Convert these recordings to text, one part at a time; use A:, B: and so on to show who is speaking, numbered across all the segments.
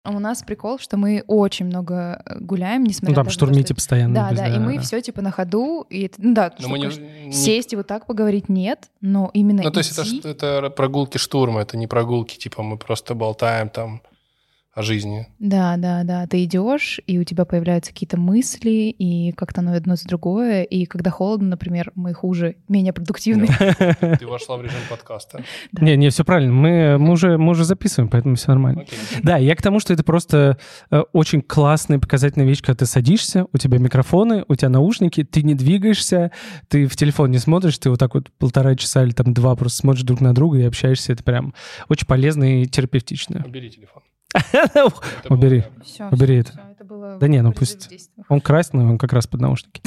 A: У нас прикол, что мы очень много гуляем, несмотря
B: Ну, там
A: на
B: штурмите постоянно.
A: Да, и мы все типа на ходу, и сесть и вот так поговорить нет, но именно
C: то есть это прогулки штурма, это не прогулки, типа мы просто болтаем там о жизни.
A: Да. Ты идешь, и у тебя появляются какие-то мысли, и как-то оно одно за другое. И когда холодно, например, мы хуже, менее продуктивны.
C: Ты вошла в режим подкаста.
B: Не, все правильно. Мы уже записываем, поэтому все нормально. Да, я к тому, что это просто очень классная показательная вещь, когда ты садишься, у тебя микрофоны, у тебя наушники, ты не двигаешься, ты в телефон не смотришь, ты вот так вот 1,5 часа или там 2 просто смотришь друг на друга и общаешься. Это прям очень полезно и терапевтично.
C: Убери телефон.
B: Убери это. Да не, ну пусть. Он красный, он как раз под наушники.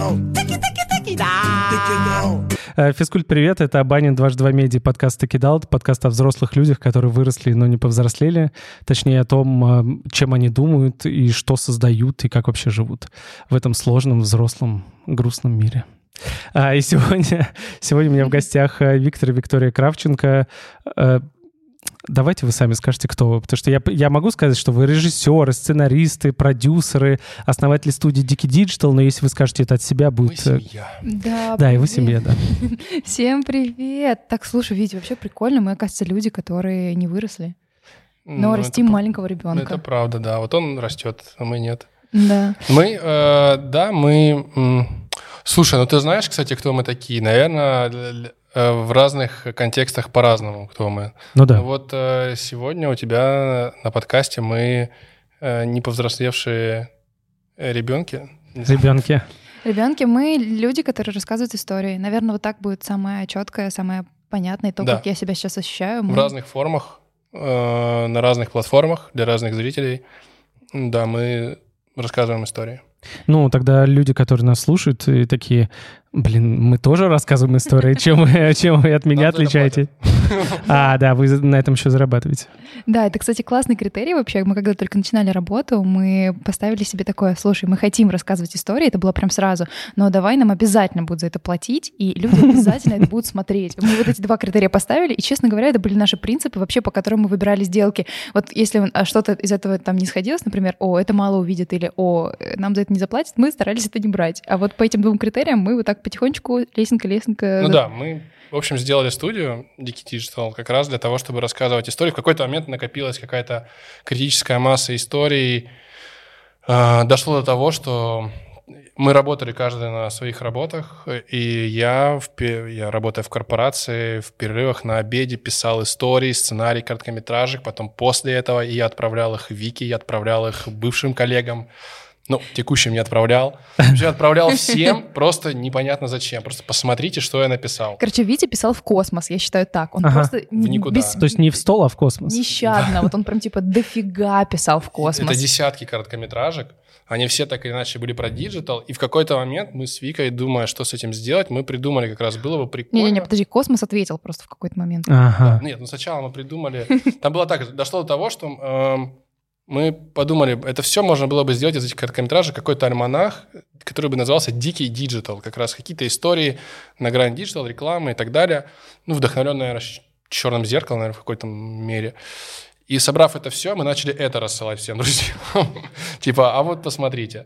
B: Физкульт, привет, это Абанин 2G2 Медиа, подкаст «Такидал», подкаст о взрослых людях, которые выросли, но не повзрослели, точнее о том, чем они думают и что создают, и как вообще живут в этом сложном, взрослом, грустном мире. И сегодня у меня в гостях Виктор и Виктория Кравченко. Давайте вы сами скажете, кто вы. Потому что я могу сказать, что вы режиссеры, сценаристы, продюсеры, основатели студии Дикий Диджитал, но если вы скажете это от себя, будет...
C: Мы семья.
A: Да,
B: и вы семья, да.
A: Всем привет! Так, слушай, Витя, вообще прикольно. Мы, оказывается, люди, которые не выросли, но растим маленького ребенка.
C: Это правда, да. Вот он растет, а мы нет.
A: Да.
C: Слушай, ну ты знаешь, кстати, кто мы такие? Наверное, в разных контекстах по-разному, кто мы.
B: Ну да.
C: Вот сегодня у тебя на подкасте мы не повзрослевшие ребенки.
A: Ребенки, мы люди, которые рассказывают истории. Наверное, вот так будет самое четкое, самое понятное, то, как я себя сейчас ощущаю.
C: В разных формах, на разных платформах, для разных зрителей. Да, мы рассказываем истории.
B: Ну, тогда люди, которые нас слушают, и такие, мы тоже рассказываем истории, чем вы от меня отличаете? Да, вы на этом еще зарабатываете.
A: Да, это, кстати, классный критерий вообще. Мы когда только начинали работу, мы поставили себе такое: слушай, мы хотим рассказывать истории, это было прям сразу, но давай нам обязательно будут за это платить, и люди обязательно это будут смотреть. Мы вот эти 2 критерия поставили, и, честно говоря, это были наши принципы вообще, по которым мы выбирали сделки. Вот если что-то из этого там не сходилось, например, это мало увидят, или нам за это не заплатят, мы старались это не брать. А вот по этим 2 критериям мы вот так потихонечку, лесенка.
C: Ну да, мы, в общем, сделали студию Дикий Диджитал как раз для того, чтобы рассказывать истории. В какой-то момент накопилась какая-то критическая масса историй. Дошло до того, что мы работали каждый на своих работах, и я работая в корпорации, в перерывах на обеде писал истории, сценарий короткометражек, потом после этого я отправлял их Вике, я отправлял их бывшим коллегам. Текущим не отправлял. Я отправлял всем, просто непонятно зачем. Просто посмотрите, что я написал.
A: Короче, Витя писал в космос, я считаю так. Он просто...
C: В никуда.
B: То есть не в стол, а в космос.
A: Нещадно. Вот он прям дофига писал в космос.
C: Это десятки короткометражек. Они все так или иначе были про диджитал. И в какой-то момент мы с Викой, думая, что с этим сделать, мы придумали, как раз было бы прикольно.
A: Не, подожди, космос ответил просто в какой-то момент.
B: Ага.
C: Нет, сначала мы придумали... Там было так, дошло до того, что... Мы подумали, это все можно было бы сделать из этих короткометражек какой-то альманах, который бы назывался «Дикий Диджитал». Как раз какие-то истории на грани диджитал, рекламы и так далее. Вдохновленные, наверное, «Черным зеркалом», наверное, в какой-то мере. И собрав это все, мы начали это рассылать всем друзьям. А вот посмотрите.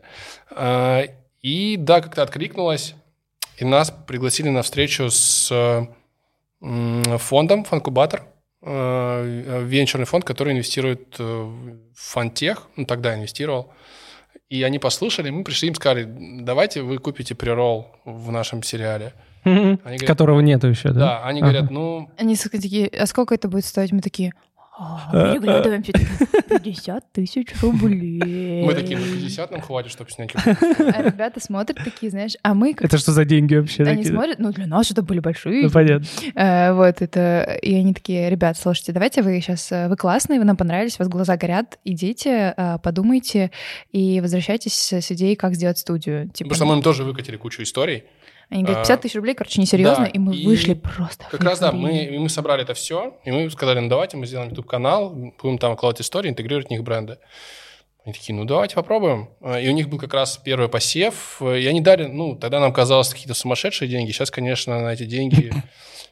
C: И да, как-то откликнулось, и нас пригласили на встречу с фондом «Фанкубатор». Венчурный фонд, который инвестирует в фантех, тогда инвестировал, и они послушали, мы пришли, им сказали: давайте вы купите преролл в нашем сериале.
B: Они говорят, которого нету еще, да?
C: Да, они говорят,
A: Они такие: а сколько это будет стоить? Мы такие: переглядываем, 50 тысяч рублей.
C: Мы такие: 50 нам хватит, чтобы снять.
A: А ребята смотрят такие, знаешь, а мы...
B: Это что за деньги вообще?
A: Они смотрят, для нас это были большие.
B: Понятно.
A: Вот это... И они такие: ребят, слушайте, давайте вы классные, вы нам понравились, у вас глаза горят, идите, подумайте и возвращайтесь с идеей, как сделать студию.
C: Потому что мы им тоже выкатили кучу историй.
A: Они говорят: 50 тысяч рублей, несерьезно,
C: да,
A: и мы вышли просто.
C: Как раз, да, мы собрали это все, и мы сказали: давайте мы сделаем YouTube-канал, будем там вкладывать истории, интегрировать в них бренды. Они такие: давайте попробуем. И у них был как раз первый посев, и они дали, тогда нам казалось, какие-то сумасшедшие деньги. Сейчас, конечно, на эти деньги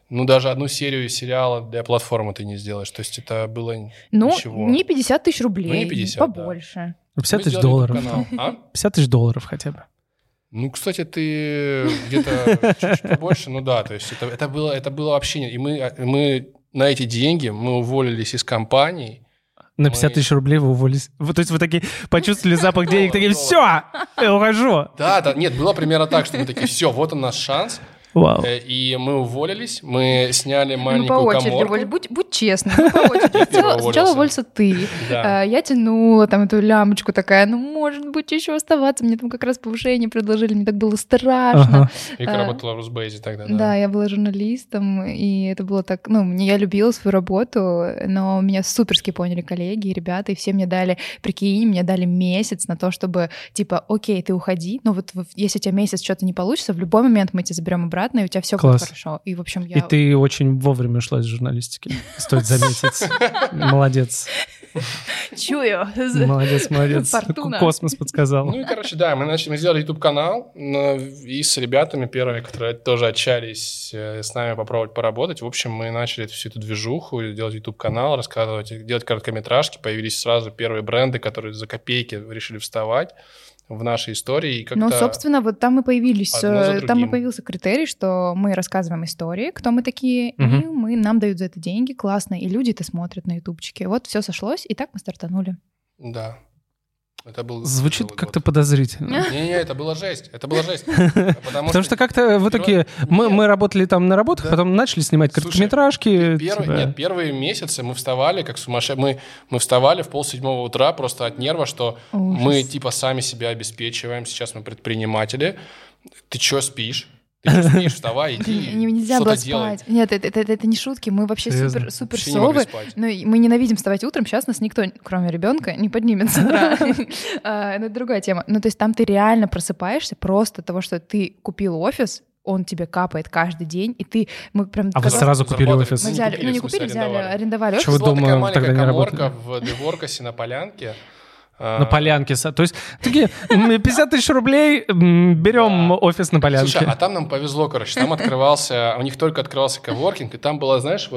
C: даже одну серию сериала для платформы ты не сделаешь. То есть это было ничего.
A: Не 50 тысяч рублей,
C: не 50,
A: побольше.
C: Да.
B: 50 тысяч долларов. 50 тысяч долларов хотя бы.
C: Кстати, ты где-то чуть-чуть побольше, то есть это было вообще... И мы на эти деньги мы уволились из компании.
B: На 50 тысяч рублей вы уволились. То есть вы такие почувствовали запах денег, такие, все, я ухожу.
C: Да, нет, было примерно так, что мы такие, все, вот он наш шанс.
B: Вау.
C: И мы уволились, мы сняли маленькую
A: по очереди
C: каморку.
A: Будь честным, по очереди. Сначала уволился ты. Я тянула там эту лямочку такая, может быть, еще оставаться. Мне там как раз повышение предложили, мне так было страшно.
C: Вика работала в Русбейзе тогда.
A: Да, я была журналистом, и это было так... я любила свою работу, но меня суперски поняли коллеги и ребята, и все мне дали, прикинь, мне дали месяц на то, чтобы, окей, ты уходи, но вот если у тебя месяц что-то не получится, в любой момент мы тебя заберем обратно, и у тебя все будет хорошо. И, в общем,
B: И ты очень вовремя ушла из журналистики. Стоит заметить. Молодец.
A: Чую.
B: Молодец.
A: Фортуна.
B: Космос подсказал.
C: Мы сделали YouTube-канал, и с ребятами первыми, которые тоже отчаялись с нами попробовать поработать. В общем, мы начали всю эту движуху, делать YouTube-канал, рассказывать, делать короткометражки. Появились сразу первые бренды, которые за копейки решили вставать в нашей истории.
A: Собственно, вот там и появился критерий, что мы рассказываем истории, кто мы такие, и нам дают за это деньги, классно, и люди это смотрят на ютубчике. Вот все сошлось, и так мы стартанули.
C: Да. Это был
B: Звучит как-то подозрительно.
C: Не, это была жесть.
B: Потому что как-то в итоге мы работали там на работах, потом начали снимать короткометражки.
C: Первые месяцы мы вставали как сумасшедшие. Мы вставали в 6:30 утра просто от нерва, что мы сами себя обеспечиваем. Сейчас мы предприниматели. Ты что спишь? Ты не успеешь, вставай, иди,
A: нельзя было спать. Нет, это не шутки, мы вообще супер совы. Мы ненавидим вставать утром, сейчас нас никто, кроме ребенка, не поднимет с утра. Это другая тема. То есть там ты реально просыпаешься просто от того, что ты купил офис, он тебе капает каждый день, и мы прям...
B: А вы сразу купили офис?
A: Мы взяли, не купили, взяли, арендовали офис.
B: Чего думаю, тогда не работали?
C: В Деворкасе на Полянке.
B: На Полянке. То есть такие 50 тысяч рублей, берем офис на Полянке.
C: Слушай, а там нам повезло, там у них только открывался коворкинг, и там была, знаешь,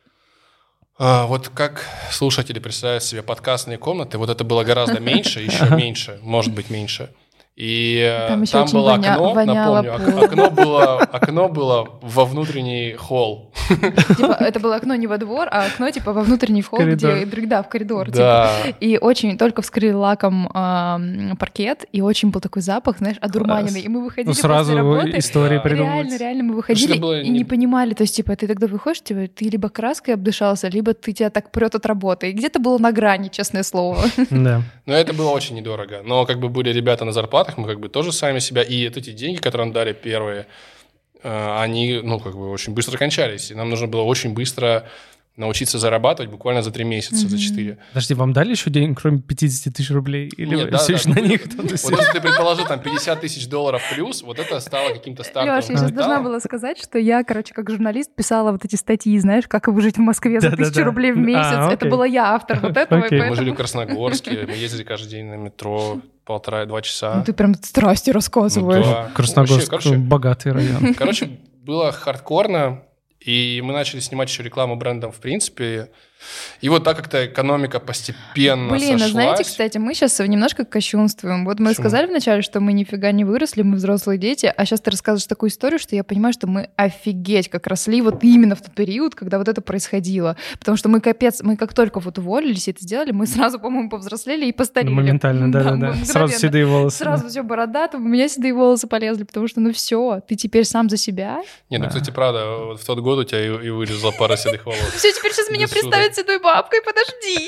C: вот как слушатели представляют себе подкастные комнаты, вот это было гораздо меньше, еще меньше, может быть, меньше. И там было окно, напомню, окно было во внутренний холл.
A: Это было окно не во двор, а окно во внутренний холл, где в коридор. И очень только вскрыли лаком паркет, и очень был такой запах, знаешь, одурманенный. И мы выходили после работы.
B: Сразу истории придумывать.
A: Реально мы выходили и не понимали. То есть, ты тогда выходишь, ты либо краской обдышался, либо тебя так прет от работы. И где-то было на грани, честное слово.
B: Да.
C: Но это было очень недорого. Но были ребята на зарплатах, мы тоже сами себя, и эти деньги, которые нам дали первые, они, очень быстро кончались, и нам нужно было очень быстро научиться зарабатывать буквально за 3 месяца, за 4.
B: Подожди, вам дали еще денег, кроме 50 тысяч рублей? Или все еще на них?
C: Вот если ты предположил, там, 50 тысяч долларов плюс, вот это стало каким-то стартовым.
A: Лёш, я сейчас должна была сказать, что я, как журналист, писала вот эти статьи, знаешь, как выжить в Москве за 1000 рублей в месяц. Это была я, автор вот этого.
C: Мы жили в Красногорске, мы ездили каждый день на метро 1,5-2 часа.
A: Ты прям страсти рассказываешь.
B: Красногорск, богатый район.
C: Было хардкорно. И мы начали снимать еще рекламу брендом в принципе. И вот так как-то экономика постепенно сошлась.
A: Знаете, кстати, мы сейчас немножко кощунствуем. Вот мы сказали вначале, что мы нифига не выросли, мы взрослые дети, а сейчас ты рассказываешь такую историю, что я понимаю, что мы офигеть как росли вот именно в тот период, когда вот это происходило. Потому что мы как только уволились и это сделали, мы сразу, по-моему, повзрослели и постарели.
B: Моментально, да. Сразу седые волосы.
A: Сразу все бородато, у меня седые волосы полезли, потому что все, ты теперь сам за себя.
C: Нет, кстати, правда, в тот год у тебя и вылезла пара седых волос.
A: Все, теперь сейчас меня представят седой бабкой, подожди.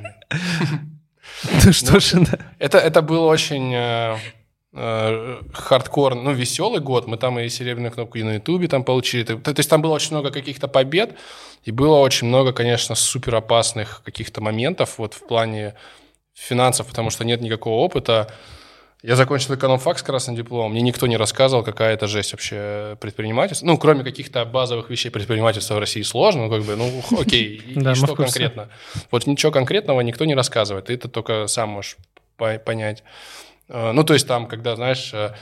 B: Ну что ж,
C: это был очень хардкор, веселый год. Мы там и серебряную кнопку и на Ютубе там получили. То есть там было очень много каких-то побед, и было очень много, конечно, супер опасных каких-то моментов вот в плане финансов, потому что нет никакого опыта. Я закончил эконом-фак с красным дипломом. Мне никто не рассказывал, какая это жесть вообще предпринимательство. Кроме каких-то базовых вещей предпринимательства в России сложно. Окей, и что конкретно? Вот ничего конкретного никто не рассказывает. Ты это только сам можешь понять. То есть там, когда, знаешь,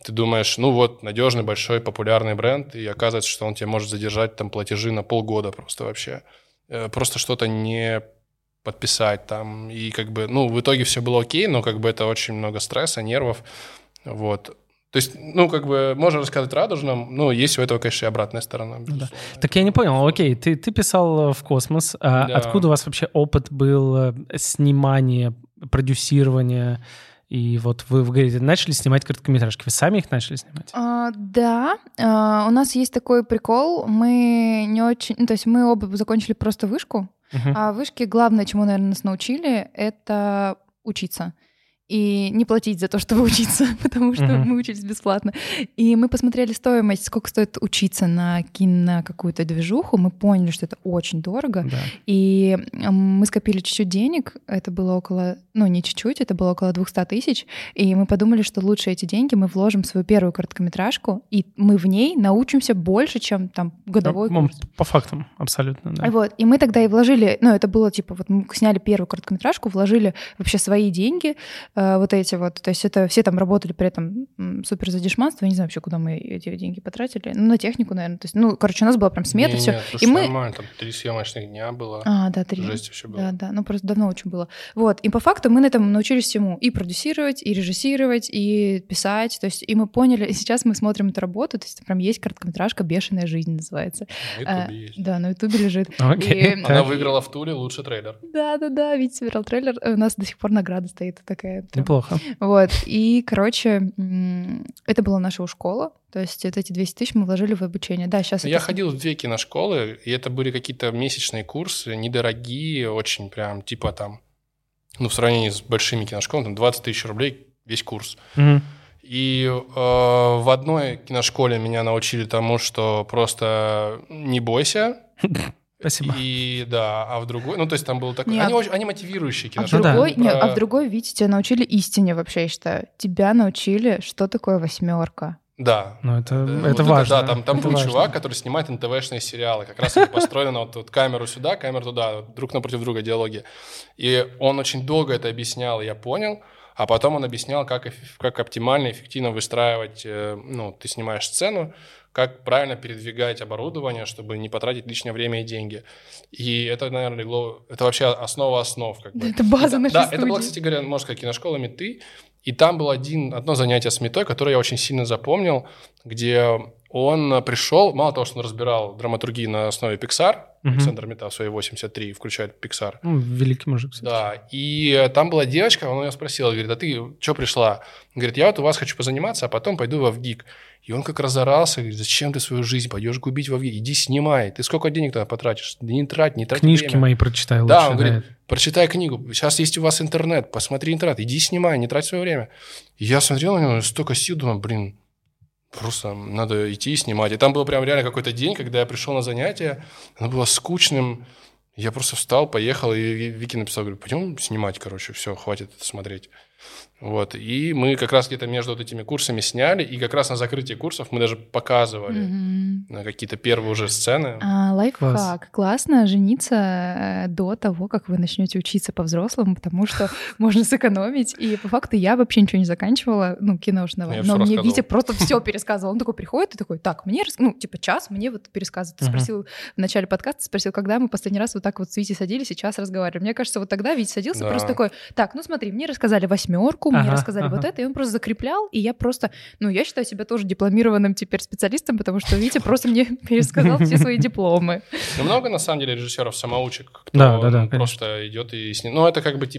C: ты думаешь, ну вот, надежный, большой, популярный бренд, и оказывается, что он тебе может задержать там платежи на полгода просто вообще. Просто что-то не подписать там, и как бы, ну, в итоге все было окей, но как бы это очень много стресса, нервов, вот. То есть, ну, как бы, можно рассказать радужно, но есть у этого, конечно, и обратная сторона.
B: Да. Так я не понял, окей, ты писал в космос, а
C: Да.
B: откуда у вас вообще опыт был снимания, продюсирования? И вот вы говорите, начали снимать короткометражки. Вы сами их начали снимать?
A: Да. У нас есть такой прикол. Мы не очень... Ну, то есть мы оба закончили просто вышку. А в вышке главное, чему, наверное, нас научили, это учиться. И не платить за то, чтобы учиться, потому что мы учились бесплатно. И мы посмотрели стоимость, сколько стоит учиться на какую-то движуху. Мы поняли, что это очень дорого.
B: Да.
A: И мы скопили чуть-чуть денег. Это было около... Ну, не чуть-чуть, это было около 200 тысяч. И мы подумали, что лучше эти деньги мы вложим в свою первую короткометражку, и мы в ней научимся больше, чем там годовой курс.
B: По фактам, абсолютно, да.
A: Вот. И мы тогда и вложили... Ну, это было типа... Вот мы сняли первую короткометражку, вложили вообще свои деньги, вот эти вот, то есть это все там работали при этом супер за дешманство, я не знаю вообще, куда мы эти деньги потратили, ну, на технику, наверное, то есть, ну, короче, у нас была прям смета, все.
C: И мы... нормально, там 3 съемочных дня было.
A: Да, 3.
C: Жесть вообще было.
A: Да, ну, просто давно очень было. Вот, и по факту мы на этом научились всему, и продюсировать, и режиссировать, и писать, то есть, и мы поняли, и сейчас мы смотрим эту работу, то есть, прям есть короткометражка «Бешеная жизнь» называется.
C: На Ютубе есть.
A: Да, на Ютубе лежит.
C: Она выиграла в Туле лучший трейлер.
A: Да, Витя собирал трейлер, у нас до сих пор награда стоит такая.
B: Неплохо.
A: Вот, и, короче, это была наша школа, то есть вот эти 200 тысяч мы вложили в обучение. Да, сейчас
C: Я ходил в 2 киношколы, и это были какие-то месячные курсы, недорогие, очень прям, типа там, ну, в сравнении с большими киношколами, там 20 тысяч рублей весь курс. И в одной киношколе меня научили тому, что просто не бойся.
B: Спасибо.
C: И да, а в другой, ну то есть там было такое, они мотивирующие киношколы.
A: А в другой, видите, тебя научили истине вообще, я считаю. Тебя научили, что такое 8.
C: Да.
B: Ну это важно.
C: Да, там был чувак, который снимает НТВшные сериалы, как раз построены на вот камеру сюда, камеру туда, друг напротив друга диалоги. И он очень долго это объяснял, я понял. А потом он объяснял, как оптимально, эффективно выстраивать, ну, ты снимаешь сцену, как правильно передвигать оборудование, чтобы не потратить лишнее время и деньги. И это, наверное, легло... Это вообще основа основ. Как бы.
A: Это база нашей студии.
C: Да, это была, кстати говоря, можно сказать, киношкола меты. И там было одно занятие с метой, которое я очень сильно запомнил, где он пришел, мало того, что он разбирал драматургию на основе Pixar, Александр Мета в своей 83 включает Pixar.
B: Великий мужик, кстати.
C: Да, и там была девочка, он ее спросил, говорит, а ты что пришла? Он говорит, я вот у вас хочу позаниматься, а потом пойду в ВГИК. И он как разорался, говорит, зачем ты свою жизнь пойдешь губить в ВГИК? Иди снимай, ты сколько денег туда потратишь? Да не трать
B: книжки
C: время.
B: Мои прочитай лучше.
C: Да, он говорит, прочитай книгу, сейчас есть у вас интернет, посмотри интернет, иди снимай, не трать свое время. И я смотрел на него, столько сил, думаю, просто надо идти и снимать. И там был прям реально какой-то день, когда я пришел на занятие, оно было скучным. Я просто встал, поехал, и Вики написал, говорю, пойдем снимать, короче, все, хватит это смотреть. Вот. И мы как раз где-то между вот этими курсами сняли, и как раз на закрытии курсов мы даже показывали какие-то первые уже сцены.
A: Лайфхак. Классно жениться до того, как вы начнете учиться по-взрослому, потому что можно сэкономить. И по факту я вообще ничего не заканчивала, киношного. Но мне Витя просто все пересказывал. Он такой приходит и такой, так, мне, час мне вот пересказывает. Ты спросил в начале подкаста, когда мы последний раз вот так вот с Витей садились и час разговаривали. Мне кажется, вот тогда Витя садился просто такой, так, смотри, мне рассказали 8, мне рассказали вот это, и он просто закреплял, и я просто, я считаю себя тоже дипломированным теперь специалистом, потому что Витя просто мне пересказал все свои дипломы.
C: Много, на самом деле, режиссеров-самоучек, кто просто идет и снимает. Это как бы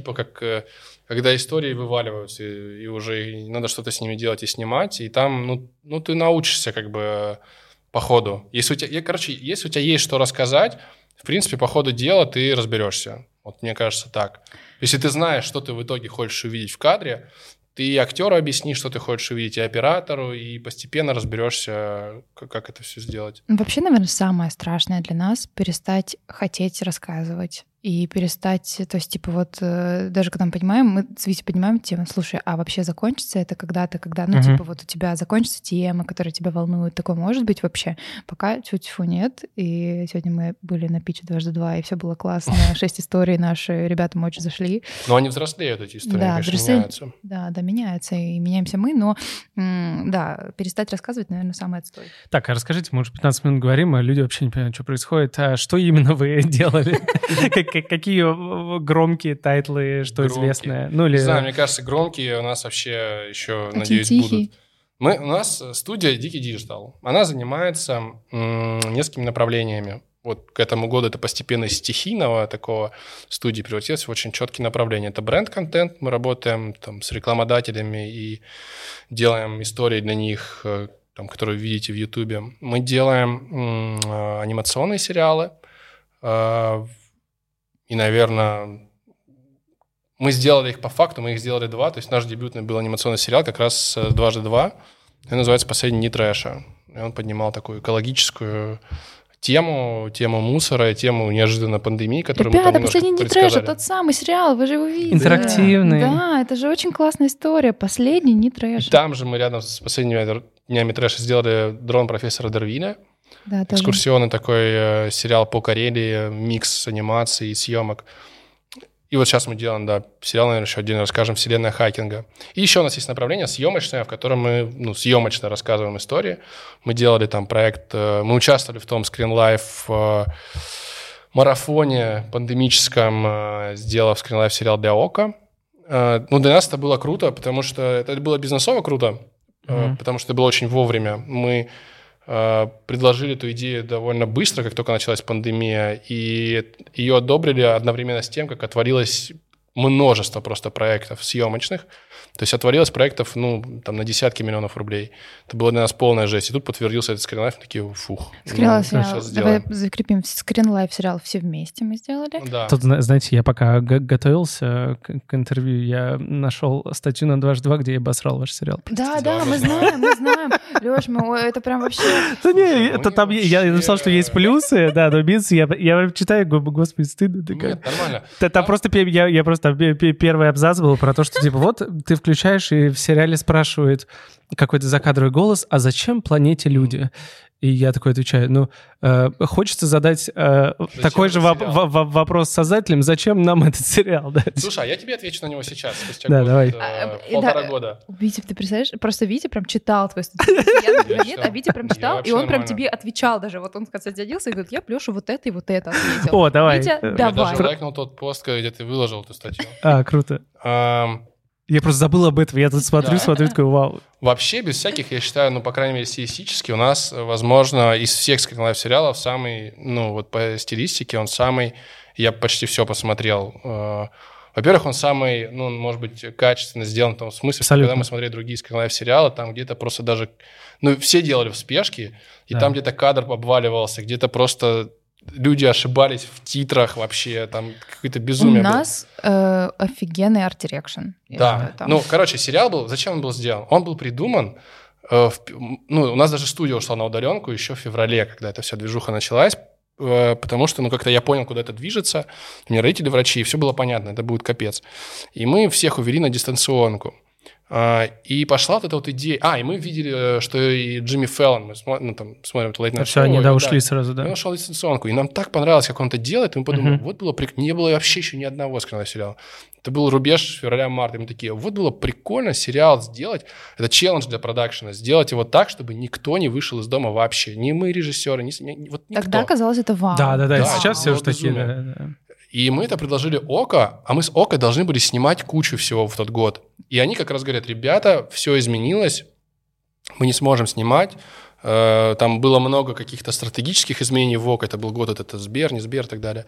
C: когда истории вываливаются, и уже надо что-то с ними делать и снимать, и там, ты научишься как бы по ходу. Если у тебя есть что рассказать, в принципе, по ходу дела ты разберешься. Вот мне кажется так. Если ты знаешь, что ты в итоге хочешь увидеть в кадре, ты и актеру объяснишь, что ты хочешь увидеть, и оператору, и постепенно разберешься, как это все сделать.
A: Вообще, наверное, самое страшное для нас — перестать хотеть рассказывать. и перестать, то есть, типа, вот даже когда мы понимаем, мы с Витей понимаем тему, слушай, а вообще закончится это когда-то, когда, ну, типа, вот у тебя закончится тема, которая тебя волнует, такое может быть вообще? Пока тьфу-тьфу нет, и сегодня мы были на питче 2x2, и все было классно, 6 историй наши ребятам очень зашли.
C: Но они взрослеют, эти истории, да, конечно, меняются.
A: Да, меняются, и меняемся мы, но, да, перестать рассказывать, наверное, самый отстой.
B: Так, а расскажите, мы уже 15 минут говорим, а люди вообще не понимают, что происходит. А что именно вы делали? Какие громкие тайтлы, что известное?
C: Не знаю, мне кажется, громкие у нас вообще еще, надеюсь, будут. У нас студия Дикий Digital. Она занимается несколькими направлениями. Вот к этому году это постепенно из стихийного такого студии превратилось в очень четкие направления. Это бренд-контент. Мы работаем там с рекламодателями и делаем истории для них, там, которые вы видите в Ютубе. Мы делаем анимационные сериалы. И, наверное, мы сделали их по факту, мы их сделали 2. То есть наш дебютный был анимационный сериал как раз «2x2». Он называется «Последний дни трэша». И он поднимал такую экологическую тему мусора, тему неожиданной пандемии, которую
A: Ребята,
C: мы там
A: «Последний дни трэша» — тот самый сериал, вы же его видели.
B: Интерактивный.
A: Да, это же очень классная история. «Последний дни трэша».
C: И там же мы рядом с «Последними днями трэша» сделали «Дрон профессора Дарвина». Да, экскурсионный такой сериал по Карелии, микс анимации и съемок. И вот сейчас мы делаем, да, сериал, наверное, еще отдельно расскажем, «Вселенная хакинга». И еще у нас есть направление съемочное, в котором мы, съемочно рассказываем истории. Мы делали там проект, мы участвовали в том Screen Life марафоне пандемическом, сделав Screen Life сериал для ОКО. Для нас это было круто, потому что это было бизнесово круто, потому что это было очень вовремя. Мы предложили эту идею довольно быстро, как только началась пандемия, и ее одобрили одновременно с тем, как отворилось множество просто проектов съемочных. То есть отворилось проектов, там, на десятки миллионов рублей. Это была для нас полная жесть. И тут подтвердился этот Screen Life, такие, фух.
A: Screen Life сериал. Давай закрепим. Screen Life сериал все вместе мы сделали.
C: Да.
B: Тут, знаете, я пока готовился к интервью, я нашел статью на 2x2, где я обосрал ваш сериал.
A: Да, мы знаем. Лёш, это прям вообще...
B: Да не, это там, я написал, что есть плюсы, да, но минусы, я читаю, господи, стыдно.
C: Нет, нормально.
B: Там просто, я просто, первый абзац был про то, что, типа, вот, ты включаешь, и в сериале спрашивают какой-то закадровый голос, а зачем планете люди? И я такой отвечаю, хочется задать такой же вопрос создателям, зачем нам этот сериал? Да?
C: Слушай, а я тебе отвечу на него сейчас, спустя
B: давай.
C: Полтора года.
A: Витя, ты представляешь, просто Витя прям читал твою статью. Нет, а Витя прям читал, и он прям тебе отвечал даже. Вот он, кстати, садился и говорит, я Лёшу вот это и вот это ответил.
B: О, давай.
A: Витя,
C: давай. Я даже лайкнул тот пост, где ты выложил эту статью.
B: Круто. Я просто забыл об этом. Я тут смотрю, такой, вау.
C: Вообще, без всяких, я считаю, по крайней мере, стилистически у нас, возможно, из всех Screen Life сериалов самый, вот по стилистике он самый, я почти все посмотрел. Во-первых, он самый, может быть, качественно сделан в том смысле,
B: абсолютно.
C: Что когда мы смотрели другие Screen Life сериалы, там где-то просто даже, все делали в спешке, и там где-то кадр обваливался, где-то просто... Люди ошибались в титрах вообще, там какое-то безумие.
A: У нас офигенный арт-дирекшн.
C: Да, сериал был, зачем он был сделан? Он был придуман, у нас даже студия ушла на удаленку еще в феврале, когда эта вся движуха началась, потому что, как-то я понял, куда это движется, у меня родители врачи, и все было понятно, это будет капец. И мы всех увели на дистанционку. И пошла вот эта вот идея... и мы видели, что и Джимми Фэллон, мы смотрим это Late Night Show.
B: Все, они, ушли сразу, да.
C: Он ушел в дистанционку, и нам так понравилось, как он это делает, и мы подумали, вот было прикольно. Не было вообще еще ни одного скринного сериала. Это был рубеж февраля-марта, и мы такие, вот было прикольно сериал сделать, это челлендж для продакшена, сделать его так, чтобы никто не вышел из дома вообще. Ни мы, режиссеры, никто.
A: Тогда казалось это вау.
B: Да, сейчас все уже такие, да.
C: И мы это предложили ОКО, а мы с ОКО должны были снимать кучу всего в тот год. И они как раз говорят, ребята, все изменилось, мы не сможем снимать. Там было много каких-то стратегических изменений в ОКО, это был год, это Сбер, не Сбер и так далее.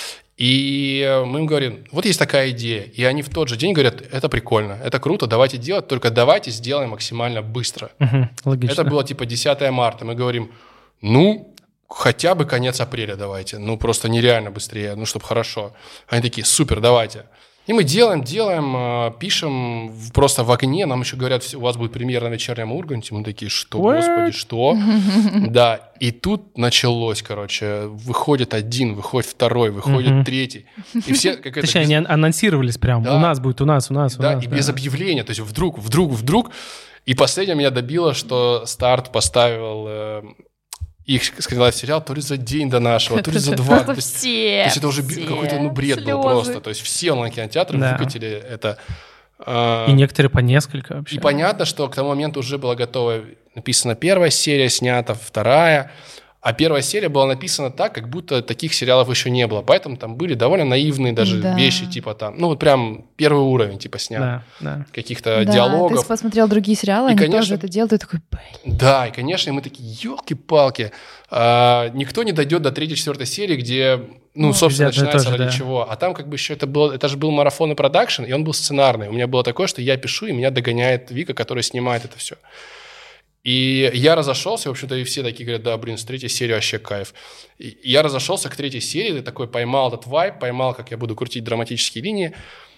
C: И мы им говорим, вот есть такая идея. И они в тот же день говорят, это прикольно, это круто, давайте делать, только давайте сделаем максимально быстро.
B: Логично.
C: Это было 10 марта. Мы говорим, хотя бы конец апреля давайте. Просто нереально быстрее, чтобы хорошо. Они такие, супер, давайте. И мы делаем, пишем просто в окне. Нам еще говорят, у вас будет премьера на вечернем Урганте. Мы такие, что, господи, что? Да, и тут началось, короче. Выходит один, выходит второй, выходит третий. И все
B: Точнее, они анонсировались прям. У нас будет, у нас.
C: Да, и без объявления. То есть вдруг. И последнее меня добило, что Старт поставил... их сказали сериал то ли за день до нашего, то ли за 2. То есть это уже какой-то бред был просто. То есть все онлайн-кинотеатры выкатили это.
B: И некоторые по несколько вообще.
C: И понятно, что к тому моменту уже была готова, написана первая серия, снята вторая. А первая серия была написана так, как будто таких сериалов еще не было. Поэтому там были довольно наивные даже вещи, типа там, ну вот прям первый уровень, типа снят. Каких-то диалогов.
A: Ты посмотрел другие сериалы, они тоже это делают, и такой, блин.
C: Да, и, конечно, мы такие, елки-палки. Никто не дойдет до 3-4 серии, где, собственно, начинается ради чего. А там как бы еще это же был марафон и продакшн, и он был сценарный. У меня было такое, что я пишу, и меня догоняет Вика, которая снимает это все. И я разошелся, в общем-то, и все такие говорят, да, блин, с 3-й серии вообще кайф. И я разошелся к 3-й серии, такой поймал этот вайб, поймал, как я буду крутить драматические линии.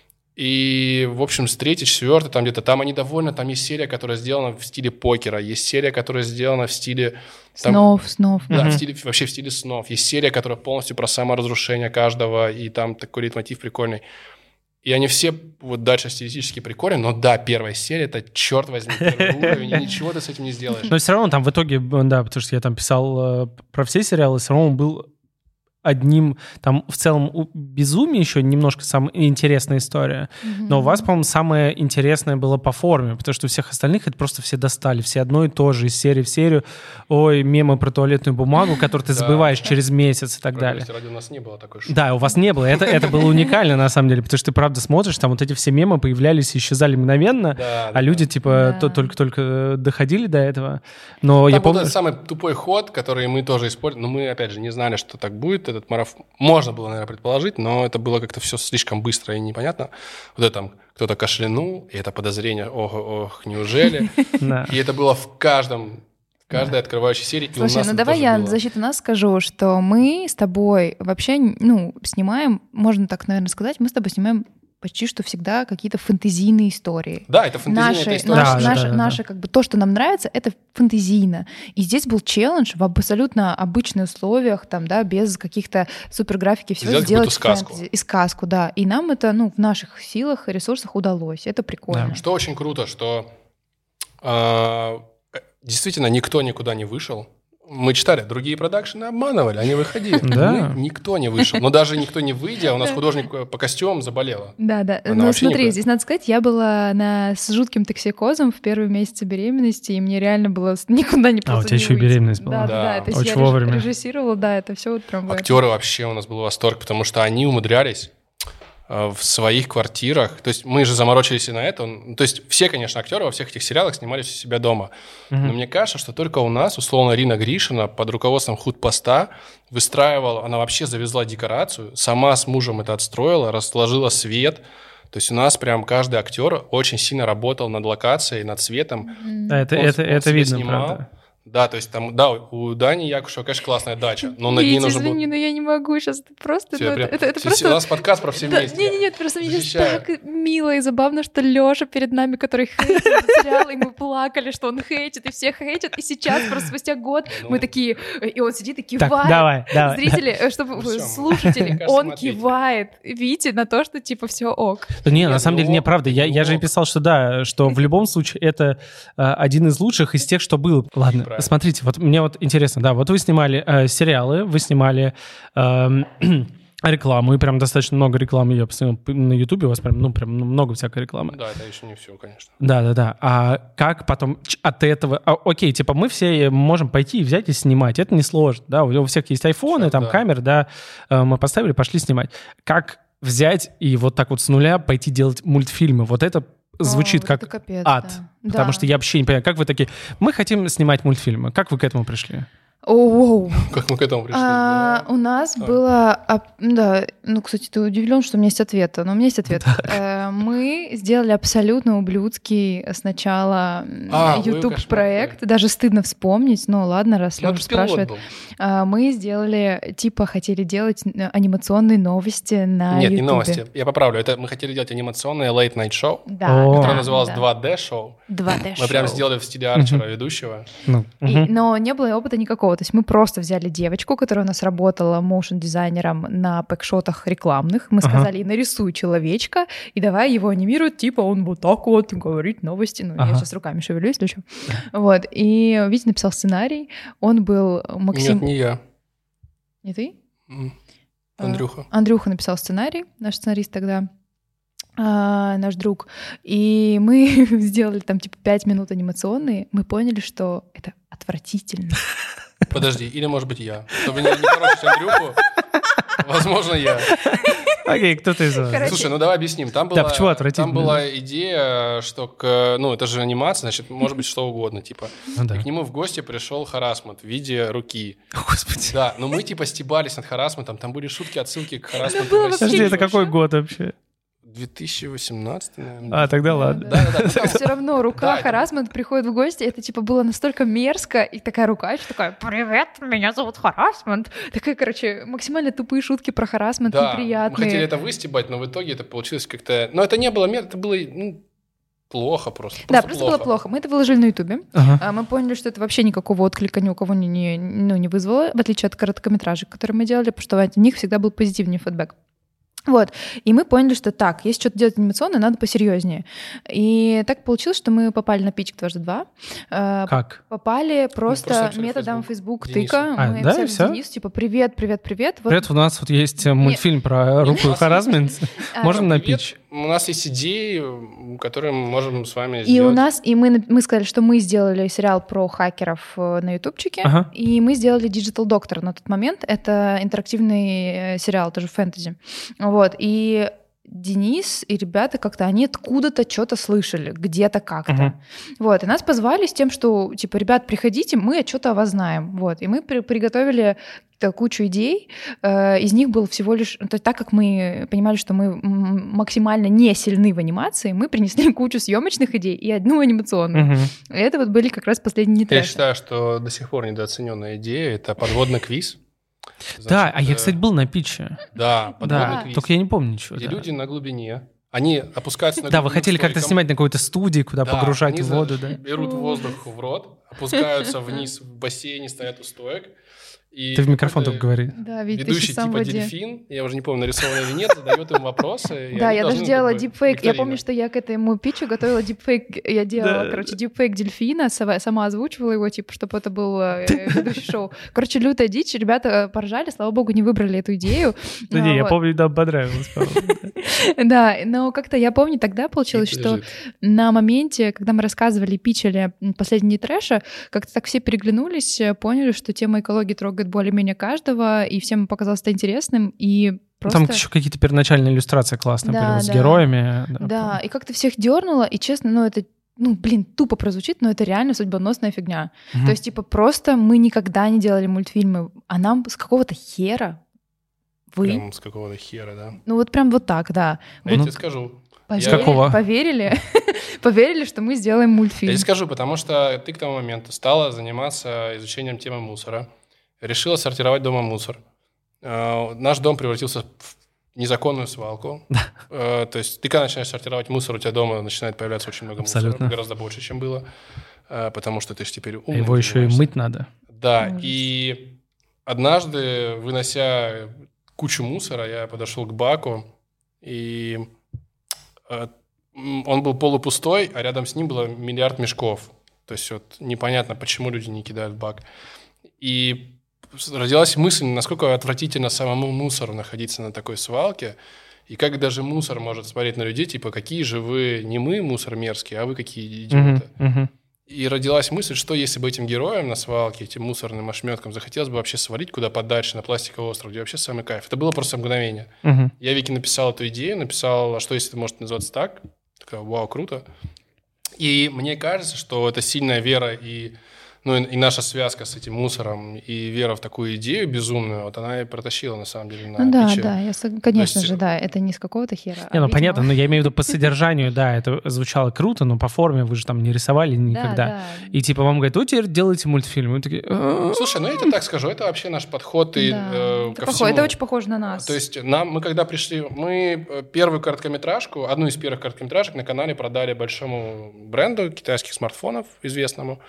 C: И, в общем, с 3-й, 4-й, там где-то, там они довольны, там есть серия, которая сделана в стиле покера, есть серия, которая сделана в стиле...
A: Снов.
C: Да, вообще в стиле снов. Есть серия, которая полностью про саморазрушение каждого, и там такой лейтмотив прикольный. И они все вот дальше стилистически прикольные, но да, первая серия — это, черт возьми, первый уровень, и ничего ты с этим не сделаешь.
B: Но все равно там в итоге, да, потому что я там писал про все сериалы, все равно он был одним, там в целом «Безумие» еще немножко самая интересная история, но у вас, по-моему, самое интересное было по форме, потому что у всех остальных это просто все достали, все одно и то же, из серии в серию. Ой, мемы про туалетную бумагу, которую ты забываешь через месяц и так далее.
C: Ради у нас не было такой шутки.
B: Да, у вас не было. Это было уникально, на самом деле, потому что ты правда смотришь, там вот эти все мемы появлялись и исчезали мгновенно, а люди типа только-только доходили до этого. Но я помню...
C: Это самый тупой ход, который мы тоже использовали, но мы, опять же, не знали, что так будет. Этот марафон можно было, наверное, предположить, но это было как-то все слишком быстро и непонятно. Вот это там кто-то кашлянул, и это подозрение, ох, неужели? И это было в каждой открывающей серии.
A: Слушай, давай я в защиту нас скажу, что мы с тобой вообще, снимаем, можно так, наверное, сказать, мы с тобой снимаем почти что всегда какие-то фэнтезийные истории.
C: Да, это фэнтезийная история.
A: Наше как бы то, что нам нравится, это фэнтезийно. И здесь был челлендж в абсолютно обычных условиях, там, да, без каких-то суперграфики, все сделать фэнтези и сказку, да. И нам это, в наших силах и ресурсах удалось. Это прикольно.
C: Да. Что очень круто, что действительно никто никуда не вышел. Мы читали, другие продакшены обманывали, они выходили. Да. Никто не вышел. Но даже никто не выйдя, у нас художник по костюмам заболела.
A: Да. Но смотри, здесь надо сказать, я была с жутким токсикозом в первые месяцы беременности, и мне реально было никуда не просто.
B: У тебя еще и беременность была.
A: Да. Это
B: очень вовремя.
A: Я режиссировала, да, это все вот прям...
C: Актеры вообще у нас был восторг, потому что они умудрялись в своих квартирах. То есть мы же заморочились и на это. То есть все, конечно, актеры во всех этих сериалах снимались у себя дома. Но мне кажется, что только у нас, условно, Рина Гришина под руководством худпоста выстраивала, она вообще завезла декорацию, сама с мужем это отстроила, расложила свет. То есть у нас прям каждый актер очень сильно работал над локацией, над светом.
B: Это видно, снимал. Правда.
C: Да, то есть там, да, у Дани Якушева, конечно, классная дача, но над ней нужно было...
A: Извини, но я не могу сейчас, это просто...
C: Это просто... У нас подкаст про все вместе.
A: Нет, просто мне сейчас так мило и забавно, что Лёша перед нами, который хейтит сериал, и мы плакали, что он хейтит, и все хейтят, и сейчас, просто спустя год, мы такие, и он сидит и кивает.
B: Давай.
A: Зрители, чтобы слушатели, он кивает Вите на то, что типа все ок.
B: Не, на самом деле, не, правда, я же писал, что да, что в любом случае это один из лучших из тех, что был. Ладно. Смотрите, вот мне вот интересно, да, вот вы снимали сериалы, вы снимали рекламу, и прям достаточно много рекламы, я посмотрел на Ютубе, у вас прям много всякой рекламы.
C: Да, это еще не все, конечно.
B: Да. А как потом от этого... Окей, типа мы все можем пойти и взять и снимать, это несложно, да, у всех есть айфоны, там камеры, да, мы поставили, пошли снимать. Как взять и вот так вот с нуля пойти делать мультфильмы? Вот это звучит как
A: капец,
B: ад. Да. Потому что я вообще не понимаю, как вы такие... Мы хотим снимать мультфильмы. Как вы к этому пришли?
A: Оу.
C: Как мы к этому пришли?
A: У нас было... Да, кстати, ты удивлен, что у меня есть ответ, но у меня есть ответ. Мы сделали абсолютно ублюдский сначала YouTube-проект, даже стыдно вспомнить, но ладно, раз Лёша спрашивает. Мы сделали, хотели делать анимационные новости на YouTube.
C: Нет, не новости, я поправлю. Это мы хотели делать анимационное late-night шоу,
A: да,
C: которое называлось 2D-шоу.
A: 2D-шоу.
C: Мы прям сделали в стиле Арчера ведущего.
A: Но не было опыта никакого. То есть мы просто взяли девочку, которая у нас работала моушн-дизайнером на пэкшотах рекламных. Мы сказали, нарисуй человечка, и давай его анимировать, он вот так вот говорит новости. Я сейчас руками шевелю, если что. Вот. И Витя написал сценарий. Он был Максим...
C: Нет, не я.
A: Не ты?
C: Андрюха.
A: Андрюха написал сценарий, наш сценарист тогда. Наш друг. И мы сделали там 5 минут анимационные. Мы поняли, что это отвратительно.
C: Подожди, или может быть я. Чтобы не порочить Андрюху, возможно, я.
B: Окей, кто-то из вас.
C: Слушай, давай объясним. Там была идея, что это же анимация, значит, может быть что угодно. И к нему в гости пришел харассмент в виде руки.
B: Господи.
C: Да, но мы стебались над харассментом, там были шутки, отсылки к харассменту.
B: Подожди, это какой год вообще?
C: 2018, наверное.
B: Тогда ладно.
A: Да. Все равно рука, харассмент приходит в гости, это было настолько мерзко, и такая рука еще такая: «Привет, меня зовут харассмент». Такая, максимально тупые шутки про харассмент, неприятные.
C: Мы хотели это выстебать, но в итоге это получилось как-то... Но это не было мерзко, это было... плохо просто.
A: Просто было плохо. Мы это выложили на Ютубе. Мы поняли, что это вообще никакого отклика ни у кого не вызвало, в отличие от короткометражек, которые мы делали, потому что от них всегда был позитивный фидбэк. Вот. И мы поняли, что так, если что-то делать анимационное, надо посерьезнее. И так получилось, что мы попали на питч к 2G2.
B: Как?
A: Попали просто методом Facebook тыка. Мы
B: написали
A: Денис, привет.
B: Привет, у нас есть мультфильм про руку харассмент. Можем на питч?
C: У нас есть идеи, которые мы можем с вами сделать.
A: И мы сказали, что мы сделали сериал про хакеров на ютубчике, и мы сделали Digital Doctor на тот момент. Это интерактивный сериал, тоже фэнтези. Вот, и Денис и ребята как-то, они откуда-то что-то слышали, где-то как-то. Вот, и нас позвали с тем, что, ребят, приходите, мы что-то о вас знаем. Вот, и мы приготовили кучу идей. Из них был всего лишь... То есть, так как мы понимали, что мы максимально не сильны в анимации, мы принесли кучу съемочных идей и одну анимационную. И это были как раз последние трэши.
C: Я считаю, что до сих пор недооцененная идея — это подводный квиз.
B: Да, я, кстати, был на питче.
C: Да, подводный квиз.
B: Только я не помню ничего.
C: Где люди на глубине. Они опускаются на глубину.
B: Да, вы хотели как-то снимать на какой-то студии, куда погружать в воду. Да,
C: берут воздух в рот, опускаются вниз в бассейне, стоят у стоек. И
B: ты в микрофон только говори.
A: Да,
C: ведущий дельфин, я уже не помню, нарисованный или нет, задает им вопросы.
A: Да, я даже делала дипфейк. Я помню, что я к этому питчу готовила дипфейк. Я делала, дипфейк дельфина, сама озвучивала его, чтобы это был ведущий шоу. Лютая дичь. Ребята поржали, слава богу, не выбрали эту идею.
B: Не, я помню, да, понравилось.
A: Да, но как-то я помню, тогда получилось, что на моменте, когда мы рассказывали, питчили последние трэша, как-то так все переглянулись, поняли, что тема экологии трогает более-менее каждого, и всем показалось это интересным, и просто...
B: Там еще какие-то первоначальные иллюстрации классные были с героями.
A: Да, и как-то всех дернуло, и честно, это тупо прозвучит, но это реально судьбоносная фигня. То есть, просто мы никогда не делали мультфильмы, а нам с какого-то хера
C: Прям с какого-то хера, да?
A: Прям вот так, да.
C: Я тебе скажу.
A: Поверили, что мы сделаем мультфильм.
C: Я тебе скажу, потому что ты к тому моменту стала заниматься изучением темы мусора, решила сортировать дома мусор. Наш дом превратился в незаконную свалку. То есть ты, когда начинаешь сортировать мусор, у тебя дома начинает появляться очень много мусора. Гораздо больше, чем было. Потому что ты же теперь умный.
B: Его еще и мыть надо.
C: Да, и однажды, вынося кучу мусора, я подошел к баку, и он был полупустой, а рядом с ним было миллиард мешков. То есть непонятно, почему люди не кидают в бак. И родилась мысль, насколько отвратительно самому мусору находиться на такой свалке, и как даже мусор может смотреть на людей, какие же вы, не мы мусор мерзкий, а вы какие идиоты. И родилась мысль, что если бы этим героям на свалке, этим мусорным ошметкам захотелось бы вообще свалить куда подальше, на пластиковый остров, где вообще самый кайф. Это было просто мгновение. Я Вике написал эту идею, написал, а что если это может называться так? Такая, вау, круто. И мне кажется, что это сильная вера и Ну и наша связка с этим мусором и вера в такую идею безумную, вот она и протащила на самом деле на питче.
A: Конечно же, да, это не с какого-то хера.
B: Не, ну понятно, но я имею в виду по содержанию, да, это звучало круто, но по форме вы же там не рисовали никогда.
A: Да.
B: И типа вам говорят, теперь делайте мультфильм. Вы такие...
C: Слушай, ну я тебе так скажу, это вообще наш подход ко всему.
A: Это очень похоже на нас.
C: То есть мы когда пришли, мы первую короткометражку, одну из первых короткометражек на канале продали большому бренду китайских смартфонов известному.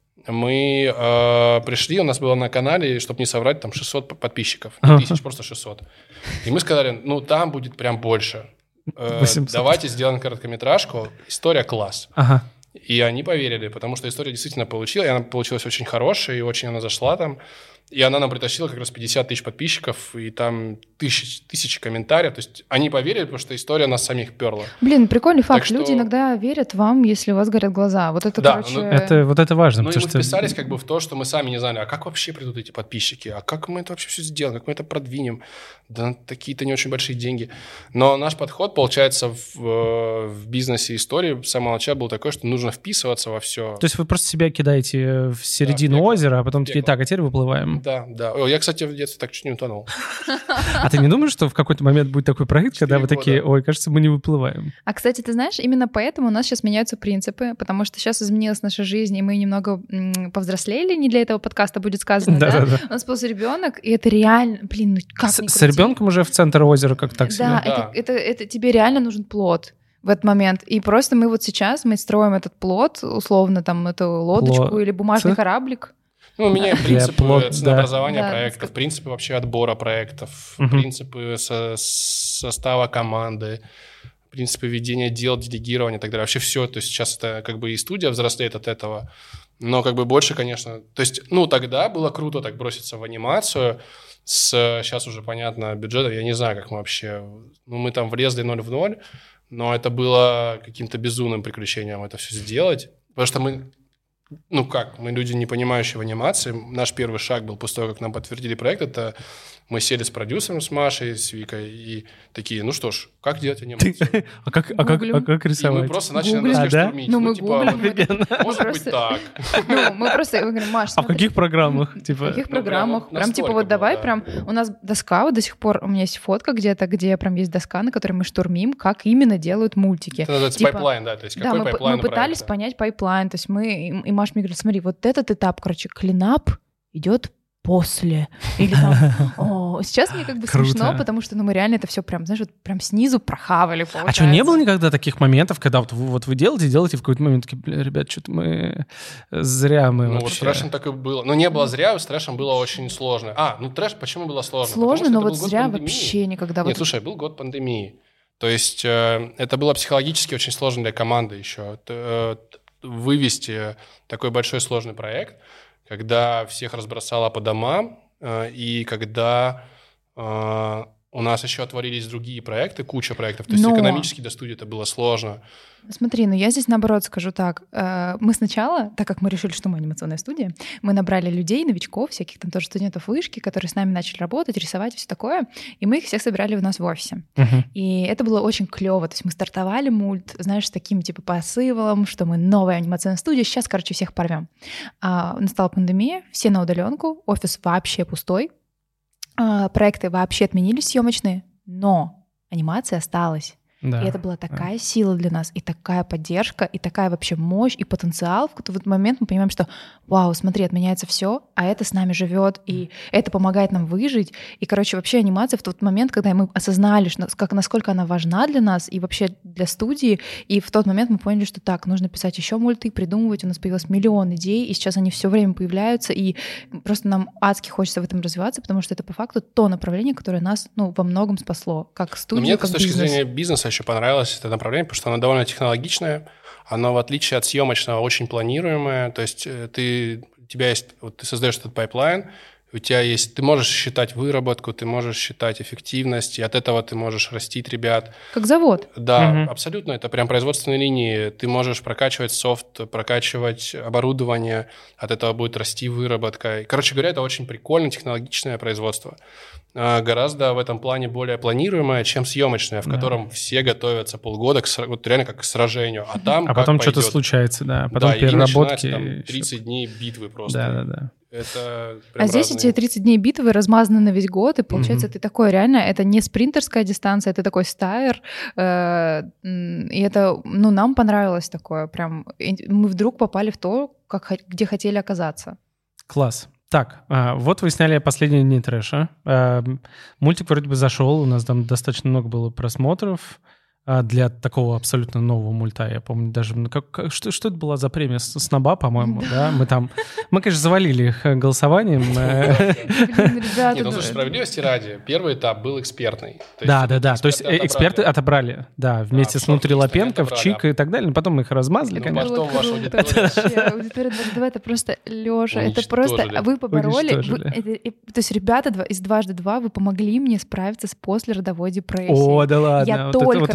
C: Мы пришли, у нас было на канале, чтобы не соврать, там 600 подписчиков, не тысяч, просто 600. И мы сказали, ну там будет прям больше.
B: 800.
C: Давайте сделаем короткометражку, история класс.
B: Ага.
C: И они поверили, потому что история действительно получилась, и она получилась очень хорошая, и очень она зашла там. И она нам притащила как раз 50 тысяч подписчиков, и там тысячи комментариев. То есть они поверили, потому что история нас самих перла.
A: Блин, прикольный факт. Люди иногда верят вам, если у вас горят глаза. Вот это,
C: да,
A: короче...
B: Это важно.
C: Ну, и мы вписались как бы в то, что мы сами не знали, а как вообще придут эти подписчики, а как мы это вообще все сделаем, как мы это продвинем. Да такие-то не очень большие деньги. Но наш подход, получается, в бизнесе истории с самого начала был такой, что нужно вписываться во все.
B: То есть вы просто себя кидаете в середину озера, а потом такие, так, а теперь выплываем.
C: Да. Ой, я, кстати, в детстве так чуть не утонул.
B: А ты не думаешь, что в какой-то момент будет такой проект, когда вы такие, ой, кажется, мы не выплываем?
A: А, кстати, ты знаешь, именно поэтому у нас сейчас меняются принципы, потому что сейчас изменилась наша жизнь, и мы немного повзрослели, не для этого подкаста будет сказано, да? У нас появился ребенок, и это реально, блин, ну как ни крути.
B: С ребенком уже в центр озера как так себе?
A: Да, это тебе реально нужен плод в этот момент. И просто мы вот сейчас, мы строим этот плод, условно, там, эту лодочку или бумажный кораблик.
C: Ну, меняем принципы ценообразования проектов, принципы вообще отбора проектов, принципы состава команды, принципы ведения дел, делегирования и так далее. Вообще все. То есть сейчас это как бы и студия взрослеет от этого, но как бы больше, конечно... То есть, ну, тогда было круто так броситься в анимацию, сейчас уже, понятно, бюджетом, я не знаю, как мы вообще... Ну, мы там влезли 0 в 0, но это было каким-то безумным приключением это все сделать, потому что мы... Ну как, мы люди, не понимающие в анимации. Наш первый шаг был после того, как нам подтвердили проект, это мы сели с продюсером, с Машей, с Викой, и такие, ну что ж, как делать анимацию?
B: А как рисовать?
C: И мы просто начали на штурмить.
A: Ну, мы гуглим.
C: Может быть так.
A: Ну, мы просто говорим, Маш,
B: а в каких программах?
A: В каких программах? Прям типа вот давай прям... У нас доска, вот до сих пор у меня есть фотка где-то, где прям есть доска, на которой мы штурмим, как именно делают мультики.
C: Это называется пайплайн, да? То есть какой пайплайн
A: мы пытались понять пайплайн. То есть мы... И Маша мне говорит, смотри, вот этот этап, короче, клинап идет после. Или там... Сейчас мне как бы смешно, потому что мы реально это все прям, знаешь, вот прям снизу прохавали, получается.
B: А что, не было никогда таких моментов, когда вот вы делаете в какой-то момент такие, бля, ребят, что-то мы зря мы вообще...
C: Ну, вот с трэшем так и было. Но не было зря, с трэшем было очень сложно. Ну трэш почему было сложно?
A: Сложно, но вот зря вообще никогда...
C: Нет, слушай, был год пандемии. То есть это было психологически очень сложно для команды еще. Вывести такой большой сложный проект, когда всех разбросало по домам, и когда у нас еще отворились другие проекты, куча проектов. То есть экономически до студии это было сложно.
A: Смотри, я здесь наоборот скажу так. Мы сначала, так как мы решили, что мы анимационная студия, мы набрали людей, новичков, всяких там тоже студентов вышки, которые с нами начали работать, рисовать и все такое, и мы их всех собирали у нас в офисе. И это было очень клево. То есть мы стартовали мульт, знаешь, с таким типа посылом, что мы новая анимационная студия, сейчас, короче, всех порвем. Настала пандемия, все на удаленку, офис вообще пустой, проекты вообще отменились съемочные, но анимация осталась.
B: Да.
A: И это была такая сила для нас, и такая поддержка, и такая вообще мощь, и потенциал. В этот момент мы понимаем, что вау, смотри, отменяется все, а это с нами живет, и это помогает нам выжить. И, короче, вообще анимация в тот момент, когда мы осознали, насколько она важна для нас и вообще для студии, и в тот момент мы поняли, что так, нужно писать еще мульты, придумывать. У нас появилось миллион идей, и сейчас они все время появляются, и просто нам адски хочется в этом развиваться, потому что это по факту то направление, которое нас во многом спасло, как студию,
C: мне
A: как
C: с точки
A: бизнес.
C: зрения бизнеса еще понравилось это направление, потому что оно довольно технологичное, оно, в отличие от съемочного, очень планируемое, то есть ты создаешь этот пайплайн, у тебя есть... Ты можешь считать выработку, ты можешь считать эффективность, и от этого ты можешь растить ребят.
A: Как завод.
C: Да, абсолютно. Это прям производственные линии. Ты можешь прокачивать софт, прокачивать оборудование, от этого будет расти выработка. Короче говоря, это очень прикольное технологичное производство. Гораздо в этом плане более планируемое, чем съемочное, в котором все готовятся полгода, вот реально как к сражению. А там
B: потом что-то случается, да. Потом переработки.
C: Там 30 дней битвы просто.
B: Да.
C: Это прям
A: здесь
C: разные.
A: эти 30 дней битвы размазаны на весь год, и получается, ты такой, реально, это не спринтерская дистанция, это такой стайер, и это, нам понравилось такое, прям, мы вдруг попали в то, где хотели оказаться.
B: Класс. Так, вот вы сняли «Последние дни трэша». Мультик вроде бы зашел, у нас там достаточно много было просмотров. Для такого абсолютно нового мульта, я помню, даже... Что это была за премия? Сноба, по-моему, да? Мы, конечно, завалили их голосованием.
C: Нет, ну, слушай, справедливости ради, первый этап был экспертный.
B: Да. То есть эксперты отобрали, да, вместе с Внутри Лапенко, Чик и так далее. Потом мы их размазали, конечно.
C: Потом ваша аудитория...
A: Аудитория 2 это просто, Лёша, это просто... Вы побороли... То есть ребята из «Дважды два», вы помогли мне справиться с послеродовой депрессией.
B: О, да ладно.
A: Я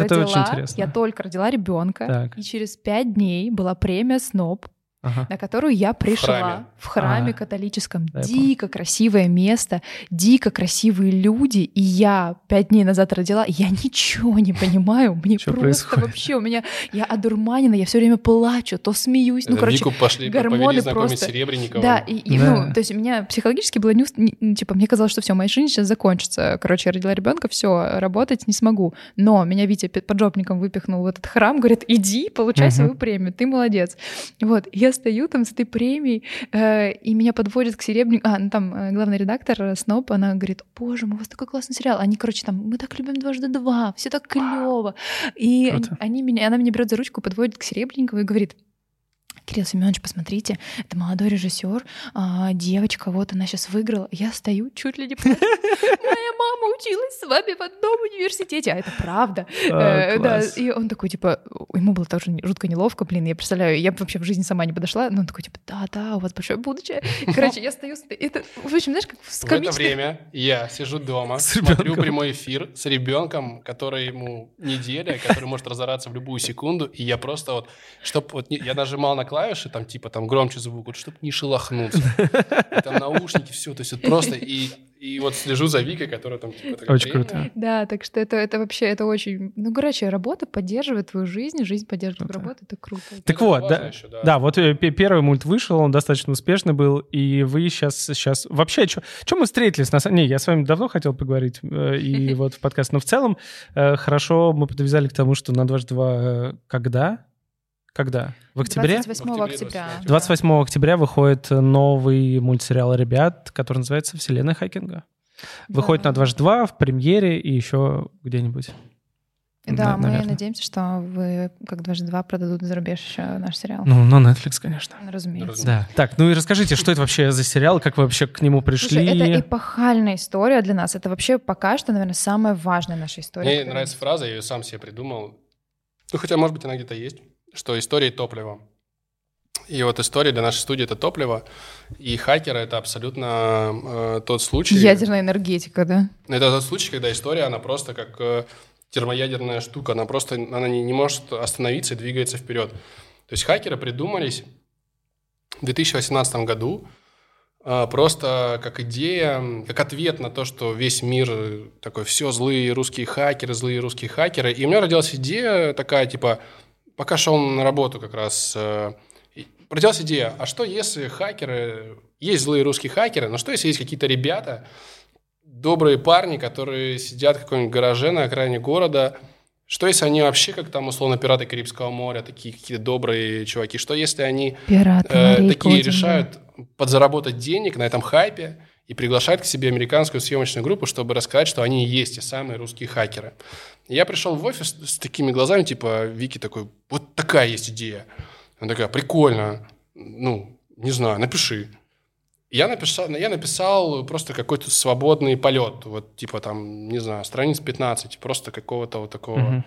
A: только родила ребенка, и через 5 дней была премия «Сноб», на которую я пришла в храме католическом. Дико красивое место, дико красивые люди, и я 5 дней назад родила, я ничего не понимаю, мне
B: что
A: просто
B: происходит?
A: Вообще, я одурманена, я все время плачу, то смеюсь,
C: Вику повели
A: гормоны
C: знакомить
A: просто...
C: Серебренниковым.
A: Да, то есть у меня психологически было мне казалось, что все, моя жизнь сейчас закончится. Короче, я родила ребенка, все, работать не смогу. Но меня Витя поджопником выпихнул в этот храм, говорит, иди, получай свою премию, ты молодец. Вот, я стою там с этой премией, и меня подводят к Серебренникову. Там главный редактор Сноб, она говорит, боже мой, у вас такой классный сериал. Они, короче, там, мы так любим «Дважды два», все так клево. И она меня берет за ручку, подводит к Серебренникову и говорит, Кирилл Семенович, посмотрите, это молодой режиссер, девочка, вот она сейчас выиграла. Я стою, чуть ли не плачу. Моя мама училась с вами в одном университете, а это правда. Да, и он такой, типа, ему было тоже жутко неловко, я представляю, я вообще в жизни сама не подошла, но он такой, типа, да, у вас большое будущее. Короче, я стою, это, в общем, знаешь, как в комическом...
C: В это время я сижу дома, смотрю прямой эфир с ребенком, который ему неделя, который может разораться в любую секунду, и я просто я нажимал на клавиши, там громче звук, чтобы не шелохнуться. И там наушники, все, то есть это просто... И вот слежу за Викой, которая там
B: очень круто.
A: Да, так что это вообще, это очень... короче, работа поддерживает твою жизнь поддерживает работу, это круто.
B: Так вот, да, вот первый мульт вышел, он достаточно успешный был, и вы сейчас... Вообще, что мы встретились? Я с вами давно хотел поговорить, и вот в подкаст, но в целом хорошо мы подвязали к тому, что на «Дважды два» когда? В октябре?
A: 28 октября.
B: 28 октября выходит новый мультсериал «Ребят», который называется «Вселенная хакинга». Выходит на «Дважды два», в премьере и еще где-нибудь.
A: Да, мы надеемся, что вы, как «Дважды два», продадут за рубеж еще наш сериал.
B: На Netflix, конечно.
A: Разумеется.
B: Да. Так, и расскажите, что это вообще за сериал, как вы вообще к нему пришли?
A: Слушай, это эпохальная история для нас. Это вообще пока что, наверное, самая важная наша история.
C: Мне нравится фраза, я ее сам себе придумал. Хотя, может быть, она где-то есть. Что история — топливо. И вот история для нашей студии — это топливо, и хакеры — это абсолютно тот случай...
A: Ядерная энергетика, да?
C: Это тот случай, когда история, она просто как термоядерная штука, она не может остановиться и двигается вперед. То есть хакеры придумались в 2018 году просто как идея, как ответ на то, что весь мир такой, все, злые русские хакеры. И у меня родилась идея такая, типа... Пока шел на работу как раз, родилась идея, а что если хакеры, есть злые русские хакеры, но что если есть какие-то ребята, добрые парни, которые сидят в каком-нибудь гараже на окраине города, что если они вообще, как там условно пираты Карибского моря, такие какие-то добрые чуваки, что если они такие решают подзаработать денег на этом хайпе и приглашают к себе американскую съемочную группу, чтобы рассказать, что они и есть те самые русские хакеры. Я пришел в офис с такими глазами, типа, Вики такой, вот такая есть идея. Она такая, прикольно, не знаю, напиши. Я написал просто какой-то свободный полет, вот типа там, не знаю, страниц 15, просто какого-то вот такого.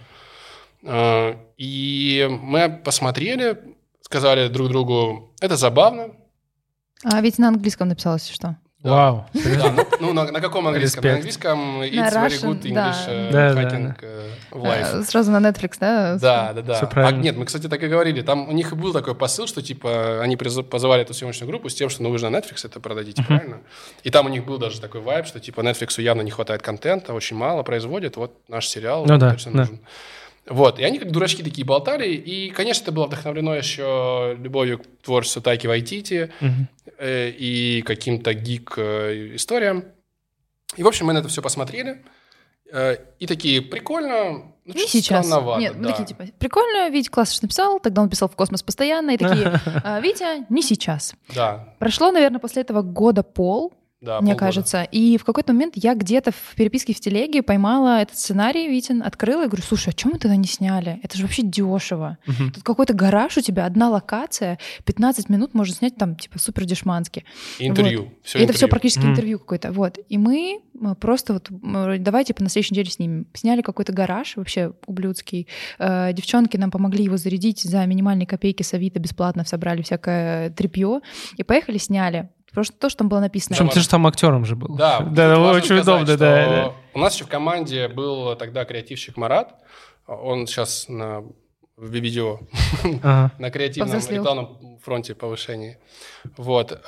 C: И мы посмотрели, сказали друг другу, это забавно.
A: А ведь на английском написалось что?
B: Вау.
C: Да, на каком английском?
B: Респект.
C: На английском it's
A: На
C: very
A: Russian,
C: good English
A: да.
C: hacking life.
A: Сразу на Netflix, да?
C: Да.
B: Всё правильно.
C: Нет, мы, кстати, так и говорили. Там у них и был такой посыл, что типа они позывали эту съемочную группу с тем, что вы же на Netflix это продадите, правильно? И там у них был даже такой вайб, что типа Netflix явно не хватает контента, очень мало производит, вот наш сериал точно нужен. Вот, и они как дурачки такие болтали, и, конечно, это было вдохновлено еще любовью к творчеству Тайки Вайтити и каким-то гик-историям. И, в общем, мы на это все посмотрели, и такие, прикольно, ну,
A: Не сейчас.
C: странновато.
A: Нет, мы такие, типа, прикольно, Витя классно написал, тогда он писал в космос постоянно, и такие, Витя, не сейчас.
C: Да.
A: Прошло, наверное, после этого года пол,
C: Да,
A: мне
C: полгода.
A: кажется. И в какой-то момент я где-то в переписке в телеге поймала этот сценарий, Витин, открыла и говорю, слушай, а чем мы тогда не сняли? Это же вообще дешево. Тут какой-то гараж у тебя, одна локация, 15 минут можно снять там типа супер дешмански.
C: Интервью.
A: Вот.
C: Всё
A: И это все
C: интервью.
A: практически интервью какое-то. Вот. И мы просто вот давай типа на следующей неделе снимем. Сняли какой-то гараж вообще ублюдский. Девчонки нам помогли его зарядить за минимальные копейки с Авито, бесплатно собрали всякое тряпье. И поехали, сняли. Просто то, что там было написано.
B: Причем ты же там актером же был.
C: Да,
B: важно очень
C: сказать,
B: удобно,
C: что
B: да.
C: У нас еще в команде был тогда креативщик Марат. Он сейчас в видео на креативном
A: Повзрослел.
C: рекламном фронте повышении. Вот.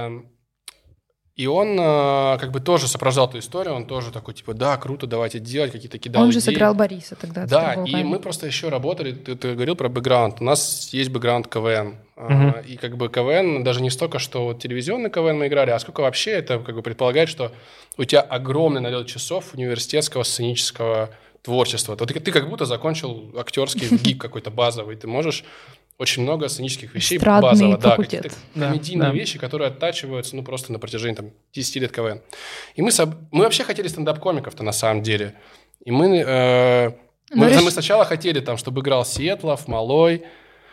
C: И он как бы тоже сопровождал эту историю, он тоже такой, типа, да, круто, давайте делать, какие-то кидал
A: Он же
C: идеи.
A: сыграл Бориса тогда.
C: Да, и мы просто еще работали, ты говорил про бэкграунд, у нас есть бэкграунд КВН, и как бы КВН даже не столько, что вот телевизионный КВН мы играли, а сколько вообще это как бы предполагает, что у тебя огромный налет часов университетского сценического творчества. Вот ты как будто закончил актерский гиг какой-то базовый, ты можешь очень много сценических вещей
A: Эстрадный
C: базово, да,
A: факультет.
C: какие-то комедийные вещи, которые оттачиваются, ну, просто на протяжении там 10 лет КВН. И мы вообще хотели стендап-комиков-то на самом деле. И мы сначала хотели, там, чтобы играл Сетлов, Малой.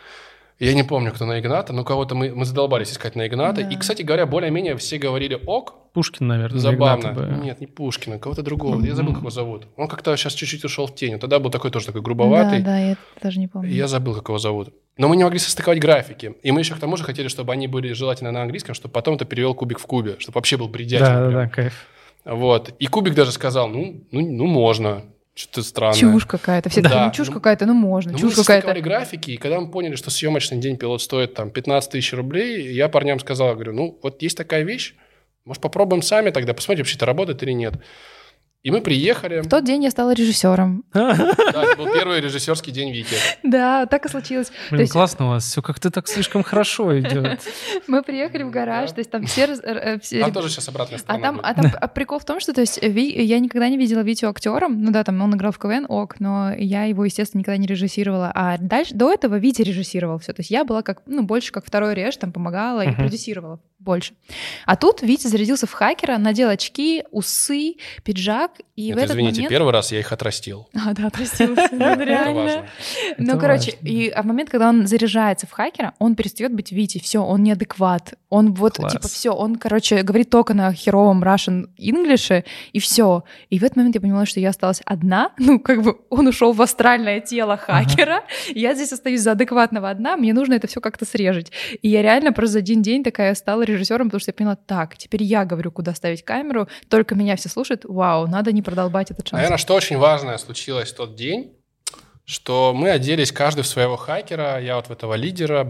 C: Я не помню, кто на Игната, но кого-то мы задолбались искать на Игната.
A: Да.
C: И, кстати говоря, более-менее все говорили ок.
B: Пушкин, наверное.
C: Забавно.
B: Игната бы.
C: Нет, не Пушкина, кого-то другого. Я забыл, как его зовут. Он как-то сейчас чуть-чуть ушел в тень. Тогда был тоже такой грубоватый.
A: Да, я даже не помню.
C: Я забыл, как его зовут. Но мы не могли состыковать графики. И мы еще к тому же хотели, чтобы они были желательно на английском, чтобы потом это перевел Кубик в кубе, чтобы вообще был бредятин.
B: Да, кайф.
C: Вот. И Кубик даже сказал, ну можно. Что-то странное.
A: Чушь какая-то. Все такие, чушь какая-то, можно. Чушь
C: мы
A: какая-то.
C: состыковали графики, и когда мы поняли, что съемочный день пилот стоит там 15 тысяч рублей, я парням сказал, говорю, вот есть такая вещь, может, попробуем сами тогда, посмотрим, вообще это работает или нет. И мы приехали.
A: В тот день я стала режиссером.
C: Да, это был первый режиссерский день Вики.
A: Да, так и случилось.
B: Блин, классно у вас, все как-то так слишком хорошо идет.
A: Мы приехали в гараж, то есть там все...
C: Там тоже сейчас обратная сторона.
A: А прикол в том, что, то есть, я никогда не видела Витю актером, ну да, там он играл в КВН, но я его, естественно, никогда не режиссировала, а дальше, до этого Витя режиссировал все, то есть я была как, больше как второй реж, там помогала и продюсировала больше. А тут Витя зарядился в хакера, надел очки, усы, пиджак, и
C: Нет,
A: в этот
C: извините,
A: момент...
C: первый раз я их отрастил.
A: Да, отрастился, реально.
C: Это
A: Короче, и в момент, когда он заряжается в хакера, он перестает быть Витей, все, он неадекват, он вот, типа, все, он, короче, говорит только на херовом Russian English, и все. И в этот момент я поняла, что я осталась одна, он ушел в астральное тело хакера, я здесь остаюсь за адекватного одна, мне нужно это все как-то срежать. И я реально просто за один день такая стала режиссером, потому что я поняла, так, теперь я говорю, куда ставить камеру, только меня все слушают, вау, надо не продолбать этот шанс.
C: Наверное, что очень важное случилось в тот день, что мы оделись каждый в своего хакера, я вот в этого лидера,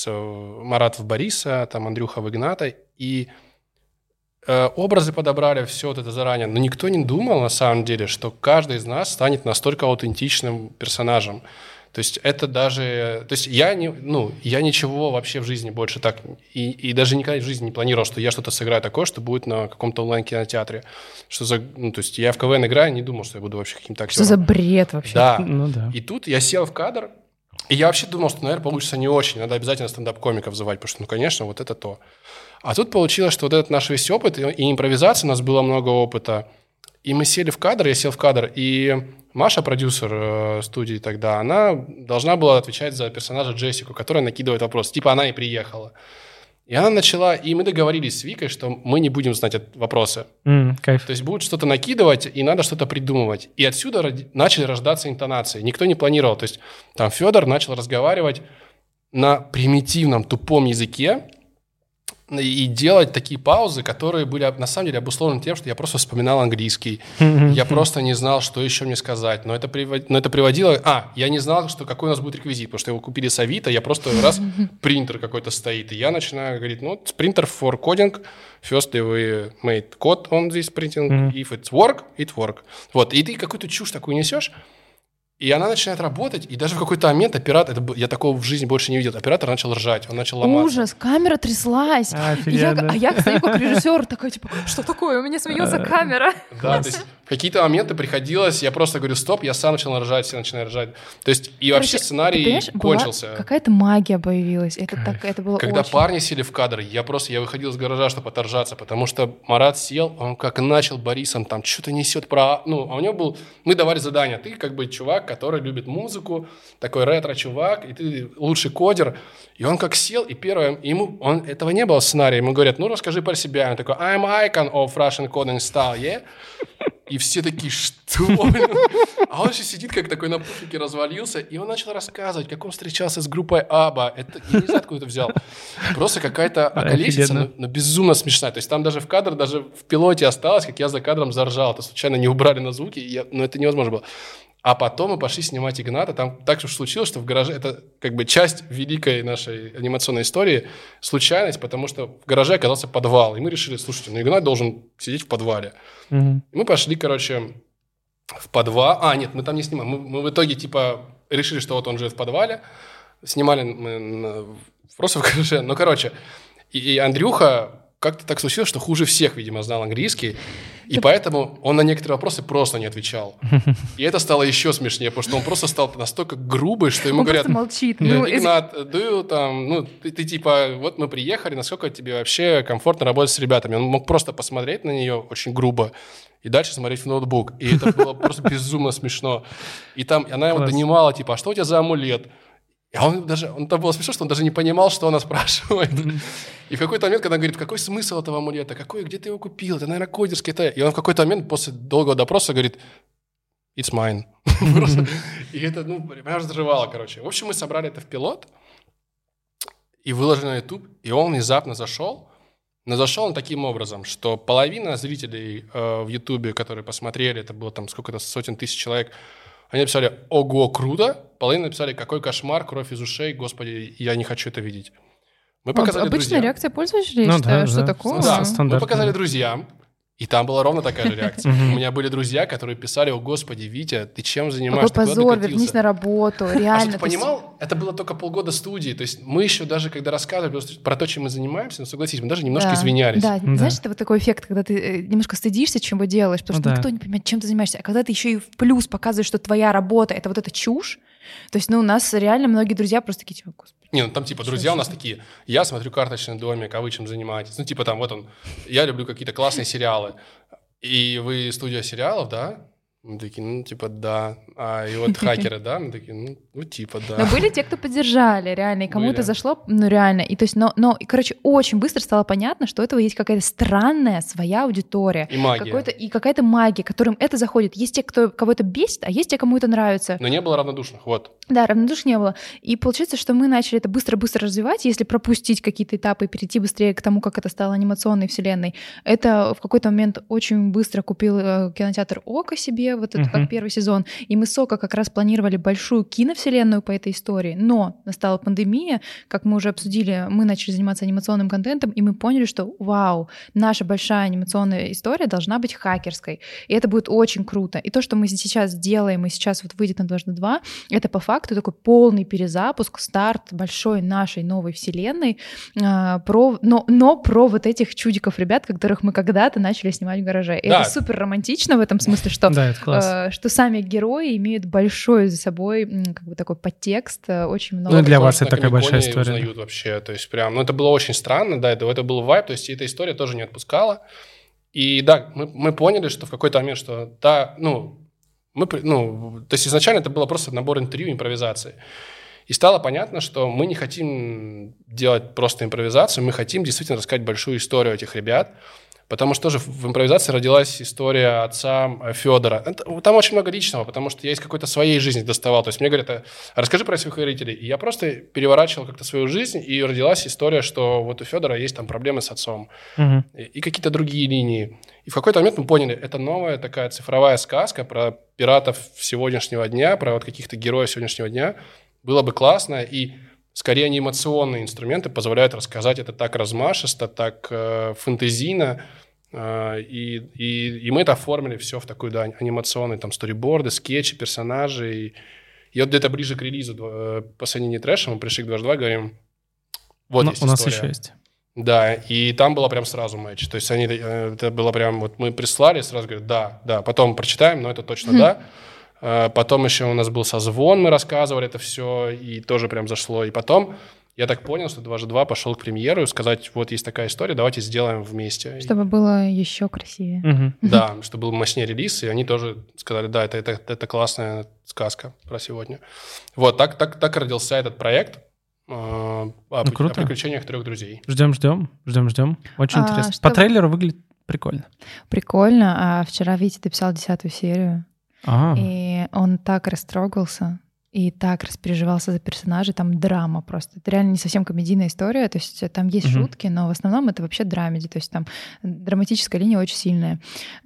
C: Марат в Бориса, там Андрюха в Игната, и образы подобрали, все вот это заранее, но никто не думал на самом деле, что каждый из нас станет настолько аутентичным персонажем. То есть это даже... То есть я ничего вообще в жизни больше так... И даже никогда в жизни не планировал, что я что-то сыграю такое, что будет на каком-то онлайн-кинотеатре. То есть я в КВН играю, не думал, что я буду вообще каким-то актером.
A: Что за бред вообще?
C: Да.
B: Да.
C: И тут я сел в кадр, и я вообще думал, что, наверное, получится не очень. Надо обязательно стендап-комиков звать, потому что, конечно, вот это то. А тут получилось, что вот этот наш весь опыт, и импровизация, у нас было много опыта. И мы сели в кадр, я сел в кадр, и Маша, продюсер студии тогда, она должна была отвечать за персонажа Джессику, которая накидывает вопрос. Типа она и приехала. И она начала, и мы договорились с Викой, что мы не будем знать вопросы.
B: Кайф.
C: То есть будут что-то накидывать, и надо что-то придумывать. И отсюда начали рождаться интонации. Никто не планировал. То есть там Федор начал разговаривать на примитивном, тупом языке, и делать такие паузы, которые были на самом деле обусловлены тем, что я просто вспоминал английский, я просто не знал, что еще мне сказать, но это приводило... я не знал, что какой у нас будет реквизит, потому что его купили с Авито, я просто раз, принтер какой-то стоит, и я начинаю говорить, принтер for coding, first we made code on this printing, if it's work, it work. Вот, и ты какую-то чушь такую несешь, и она начинает работать, и даже в какой-то момент оператор, я такого в жизни больше не видел, оператор начал ржать, он начал ломаться.
A: Ужас, камера тряслась. Я стою как режиссер, такой, типа, что такое, у меня смеется камера.
C: Да, то есть в какие-то моменты приходилось, я просто говорю, стоп, я сам начал ржать, все начинают ржать. То есть, и вообще сценарий кончился.
A: Какая-то магия появилась, это было
C: Когда
A: очень...
C: парни сели в кадр, я выходил из гаража, чтобы оторжаться, потому что Марат сел, он как начал Борисом там что-то несет про... а у него был... Мы давали задание, ты как бы чувак, который любит музыку, такой ретро-чувак, и ты лучший кодер. И он как сел, и первое, этого не было в сценарии, ему говорят, расскажи про себя. Он такой, I'm icon of Russian coding style, yeah? И все такие, что? А он же сидит, как такой на пуфике развалился, и он начал рассказывать, как он встречался с группой Абба. Я не знаю, откуда это взял. Просто какая-то околесица, но безумно смешная. То есть там даже в кадр, даже в пилоте осталось, как я за кадром заржал. Это случайно не убрали на звуки, но это невозможно было. А потом мы пошли снимать Игната. Там так уж случилось, что в гараже... Это как бы часть великой нашей анимационной истории. Случайность, потому что в гараже оказался подвал. И мы решили, слушайте, Игнат должен сидеть в подвале. И мы пошли, в подвал. Нет, мы там не снимали. Мы в итоге, решили, что вот он живет в подвале. Снимали мы просто в гараже. И Андрюха... Как-то так случилось, что хуже всех, видимо, знал английский, и поэтому он на некоторые вопросы просто не отвечал. И это стало еще смешнее, потому что он просто стал настолько грубый, что ему говорят...
A: Он просто молчит.
C: Игнат, ты вот мы приехали, насколько тебе вообще комфортно работать с ребятами? Он мог просто посмотреть на нее очень грубо и дальше смотреть в ноутбук. И это было просто безумно смешно. И там она его донимала, а что у тебя за амулет? А он там было смешно, что он даже не понимал, что она спрашивает. И в какой-то момент, когда он говорит, какой смысл этого амулета, где ты его купил, это, наверное, кодерский. И он в какой-то момент после долгого допроса говорит, it's mine. И это, прям разрывало, В общем, мы собрали это в пилот и выложили на YouTube, и он внезапно зашел. Но зашел он таким образом, что половина зрителей в YouTube, которые посмотрели, это было там сколько-то сотен тысяч человек, они написали «Ого, круто!», половина написали «Какой кошмар, кровь из ушей, господи, я не хочу это видеть». Мы показали
A: обычная
C: друзьям.
A: реакция пользователей, что такое?
C: Да, мы показали друзьям, и там была ровно такая же реакция. У меня были друзья, которые писали «О, господи, Витя, ты чем занимаешься?
A: Какой позор, вернись на работу, реально».
C: А ты понимал, это было только полгода студии, то есть мы еще даже, когда рассказывали про то, чем мы занимаемся, согласись, мы даже немножко извинялись.
A: Да, знаешь, это вот такой эффект, когда ты немножко стыдишься, чем вы делаешь, потому что никто не понимает, чем ты занимаешься. А когда ты еще и в плюс показываешь, что твоя работа — это вот эта чушь, то есть, у нас реально многие друзья просто такие, господи.
C: Там друзья у нас такие, я смотрю «Карточный домик», а вы чем занимаетесь? Я люблю какие-то классные сериалы. И вы студия сериалов, да? Мы такие, да. И вот хакеры, да? Мы такие, да.
A: Но были те, кто поддержали, реально, и кому это зашло, реально. И то есть, очень быстро стало понятно, что у этого есть какая-то странная своя аудитория.
C: И магия.
A: И какая-то магия, которым это заходит. Есть те, кого это бесит, а есть те, кому это нравится.
C: Но не было равнодушных, вот.
A: Да, равнодушных не было. И получается, что мы начали это быстро-быстро развивать, если пропустить какие-то этапы и перейти быстрее к тому, как это стало анимационной вселенной. Это в какой-то момент очень быстро купил кинотеатр ОКО себе, вот это как первый сезон. И мы с ОКО как раз планировали большую киновселенную по этой истории. Но настала пандемия, как мы уже обсудили, мы начали заниматься анимационным контентом, и мы поняли, что вау, наша большая анимационная история должна быть хакерской. И это будет очень круто. И то, что мы сейчас делаем, и сейчас вот выйдет на «Дважды два», это по факту такой полный перезапуск, старт большой нашей новой вселенной, но про вот этих чудиков ребят, которых мы когда-то начали снимать в гараже. И это супер романтично в этом смысле, что сами герои имеют большой за собой такой подтекст, очень много.
B: Для вас это такая большая история.
C: Узнают вообще, то есть прям, это было очень странно, да, это был вайб, то есть эта история тоже не отпускала. И да, мы поняли, что в какой-то момент, что да, то есть изначально это было просто набор интервью, импровизации. И стало понятно, что мы не хотим делать просто импровизацию, мы хотим действительно рассказать большую историю этих ребят, Потому что тоже в импровизации родилась история отца Федора. Там очень много личного, потому что я из какой-то своей жизни доставал. То есть мне говорят, расскажи про своих родителей. И я просто переворачивал как-то свою жизнь, и родилась история, что вот у Федора есть там проблемы с отцом. И какие-то другие линии. И в какой-то момент мы поняли, это новая такая цифровая сказка про пиратов сегодняшнего дня, про вот каких-то героев сегодняшнего дня. Было бы классно, и скорее анимационные инструменты позволяют рассказать это так размашисто, так фэнтезийно, и мы это оформили все в такую, да, анимационные там сториборды, скетчи, персонажи. И вот где-то ближе к релизу «Последний трэш» мы пришли к 2H2, говорим, вот есть история.
B: У нас еще есть.
C: Да, и там было прям сразу матч. То есть это было прям, вот мы прислали, сразу говорят, да, потом прочитаем, но это точно да. Потом еще у нас был созвон, мы рассказывали это все, и тоже прям зашло. И потом я так понял, что 2H2 пошел к премьеру и сказать, вот есть такая история, давайте сделаем вместе.
A: Чтобы было еще красивее.
C: Да, чтобы был мощнее релиз, и они тоже сказали, да, это классная сказка про сегодня. Вот, так родился этот проект о приключениях 3 друзей.
B: Ждем. Очень интересно. По трейлеру выглядит прикольно.
A: Прикольно. А вчера Витя дописал 10-ю серию, и он так растрогался, и так распереживался за персонажей, там драма просто. Это реально не совсем комедийная история, то есть там есть шутки, но в основном это вообще драмеди, то есть там драматическая линия очень сильная.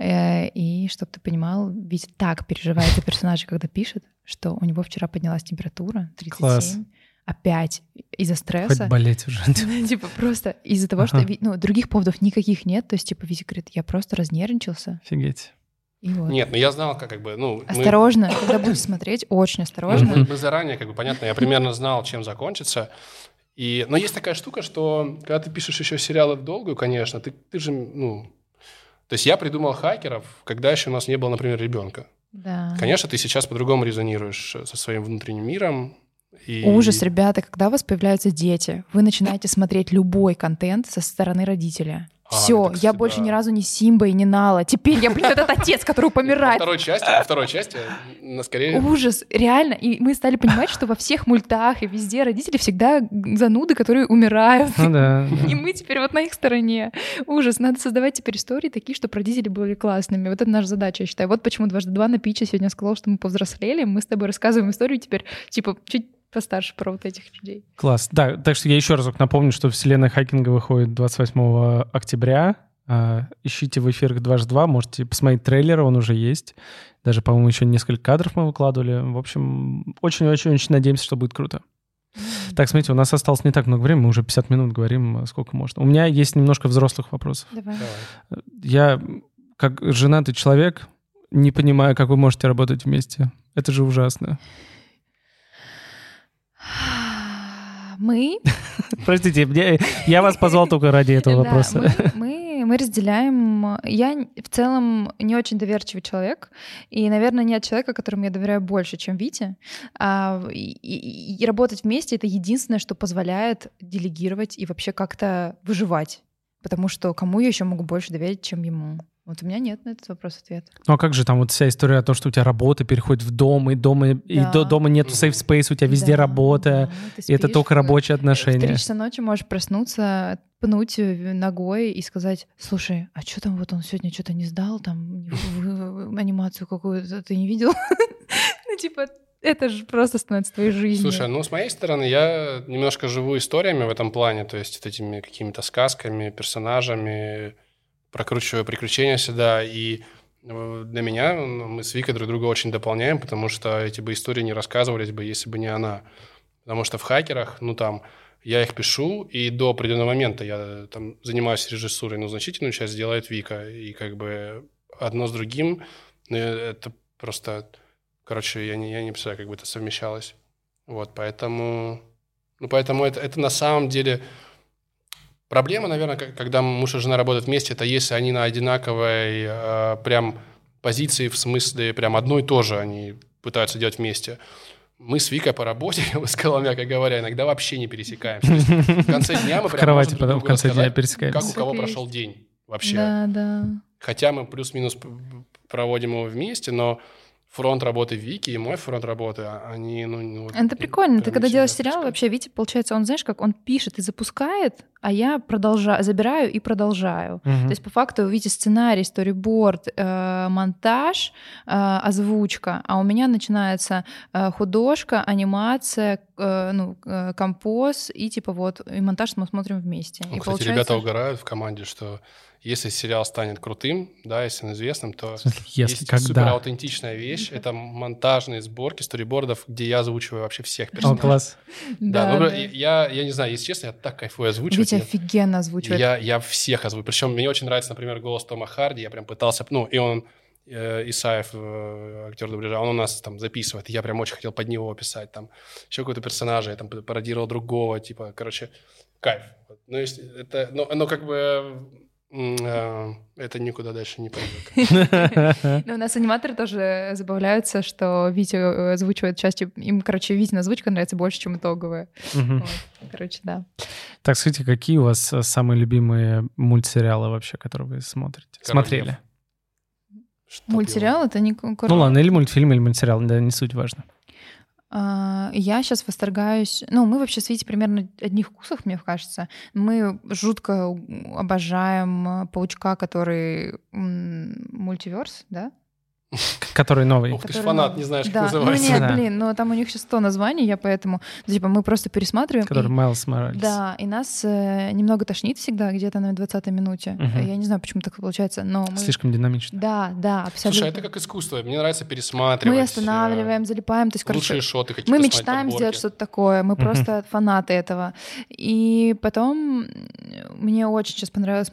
A: И чтобы ты понимал, Витя так переживает за персонажей, когда пишет, что у него вчера поднялась температура 37. Класс. Опять из-за стресса.
B: Хоть болеть уже.
A: Типа просто из-за того, что других поводов никаких нет, то есть типа Витя говорит, я просто разнервничался.
B: Офигеть.
A: Вот.
C: Нет, я знал, как бы,
A: осторожно, когда будешь смотреть, очень осторожно.
C: Мы заранее, понятно, я примерно знал, чем закончится. Но есть такая штука, что когда ты пишешь еще сериалы в долгую, конечно, ты же, то есть я придумал хакеров, когда еще у нас не было, например, ребенка.
A: Да.
C: Конечно, ты сейчас по-другому резонируешь со своим внутренним миром.
A: Ужас, ребята, когда у вас появляются дети, вы начинаете смотреть любой контент со стороны родителя. Все, я больше ни разу не Симба и не Нала. Теперь я, этот отец, который помирает.
C: Во второй части, скорее...
A: Ужас, реально. И мы стали понимать, что во всех мультах и везде родители всегда зануды, которые умирают. И мы теперь вот на их стороне. Ужас, надо создавать теперь истории такие, чтобы родители были классными. Вот это наша задача, я считаю. Вот почему 2H2 на питче сегодня сказал, что мы повзрослели. Мы с тобой рассказываем историю теперь, типа, чуть постарше про вот этих людей.
B: Класс. Да, так что я еще разок напомню, что «Вселенная хакинга» выходит 28 октября. Ищите в эфирах 2H2, можете посмотреть трейлер, он уже есть. Даже, по-моему, еще несколько кадров мы выкладывали. В общем, очень-очень-очень надеемся, что будет круто. Так, смотрите, у нас осталось не так много времени, мы уже 50 минут говорим, сколько можно. У меня есть немножко взрослых вопросов.
A: Давай.
B: Я, как женатый человек, не понимаю, как вы можете работать вместе. Это же ужасно.
A: Мы...
B: Простите, я вас позвал только ради этого вопроса.
A: Мы разделяем... Я в целом не очень доверчивый человек, и, наверное, нет человека, которому я доверяю больше, чем Вите. И работать вместе — это единственное, что позволяет делегировать и вообще как-то выживать. Потому что кому я еще могу больше доверить, чем ему? Вот у меня нет на этот вопрос ответа.
B: Ну а как же там вот вся история о том, что у тебя работа переходит в дом, и дома нету safe space, у тебя везде работа, и это только рабочие отношения.
A: В 3 часа ночи можешь проснуться, пнуть ногой и сказать: слушай, а что там вот он сегодня что-то не сдал, там анимацию какую-то ты не видел? Ну типа... Это же просто становится твоей жизнью.
C: Слушай, с моей стороны, я немножко живу историями в этом плане, то есть вот этими какими-то сказками, персонажами, прокручиваю приключения всегда, и для меня мы с Викой друг друга очень дополняем, потому что эти бы истории не рассказывались бы, если бы не она. Потому что в хакерах, я их пишу, и до определенного момента я там занимаюсь режиссурой, но значительную часть делает Вика, и как бы одно с другим, это просто... Короче, я не представляю, как бы это совмещалось. Вот, поэтому это на самом деле... Проблема, наверное, когда муж и жена работают вместе, это если они на одинаковой прям позиции, в смысле прям одно и то же они пытаются делать вместе. Мы с Викой по работе, я бы сказал, мягко говоря, иногда вообще не пересекаемся. В конце дня мы прям можем друг другу рассказать, как у кого прошел день вообще.
A: Да.
C: Хотя мы плюс-минус проводим его вместе, но фронт работы Вики и мой фронт работы, они,
A: это прикольно. Ты когда делаешь сериал,
C: слишком.
A: вообще, Витя, получается, он, знаешь, как он пишет и запускает, а я забираю и продолжаю. То есть, по факту, вы видите сценарий, сториборд, монтаж, озвучка, а у меня начинается художка, анимация, композ, и типа вот, и монтаж мы смотрим вместе.
C: Ну,
A: и
C: кстати,
A: получается...
C: ребята угорают в команде, что если сериал станет крутым, да, если он известным, то есть супер аутентичная вещь. Это монтажные сборки сторибордов, где я озвучиваю вообще всех персонажей.
B: О, класс.
C: Да, я не знаю, если честно, я так кайфую озвучивать.
A: Витя офигенно озвучивает.
C: Я всех озвучиваю. Причем мне очень нравится, например, голос Тома Харди. Я прям пытался, и он, Исаев, актер дубляжа, он у нас там записывает. Я прям очень хотел под него писать. Там еще какого-то персонажа, я там пародировал другого, типа, короче, кайф. Ну, если это, но как бы... это никуда дальше не пойдет.
A: У нас аниматоры тоже забавляются, что Витя озвучивает частью... Им, Витина озвучка нравится больше, чем итоговая. Короче, да.
B: Так, скажите, какие у вас самые любимые мультсериалы вообще, которые вы смотрели?
A: Мультсериал — это не...
B: Ну ладно, или мультфильм, или мультсериал, да, не суть важно.
A: Я сейчас восторгаюсь... мы вообще с Витей примерно одних вкусов, мне кажется. Мы жутко обожаем «Паучка», который мультиверс, да?
B: Который новый.
C: Ух, ты ж фанат, не знаешь, как называется.
A: Нет, но там у них сейчас 100 названий, я поэтому... мы просто пересматриваем.
B: Который Майлз Моралес.
A: Да, и нас немного тошнит всегда, где-то на 20-й минуте. Я не знаю, почему так получается, но мы...
B: Слишком динамично.
A: Да, абсолютно.
C: Слушай, это как искусство. Мне нравится пересматривать.
A: Мы останавливаем, залипаем. То есть,
C: лучшие шоты какие-то.
A: Мы мечтаем сделать что-то такое. Мы просто фанаты этого. И потом мне очень сейчас понравилось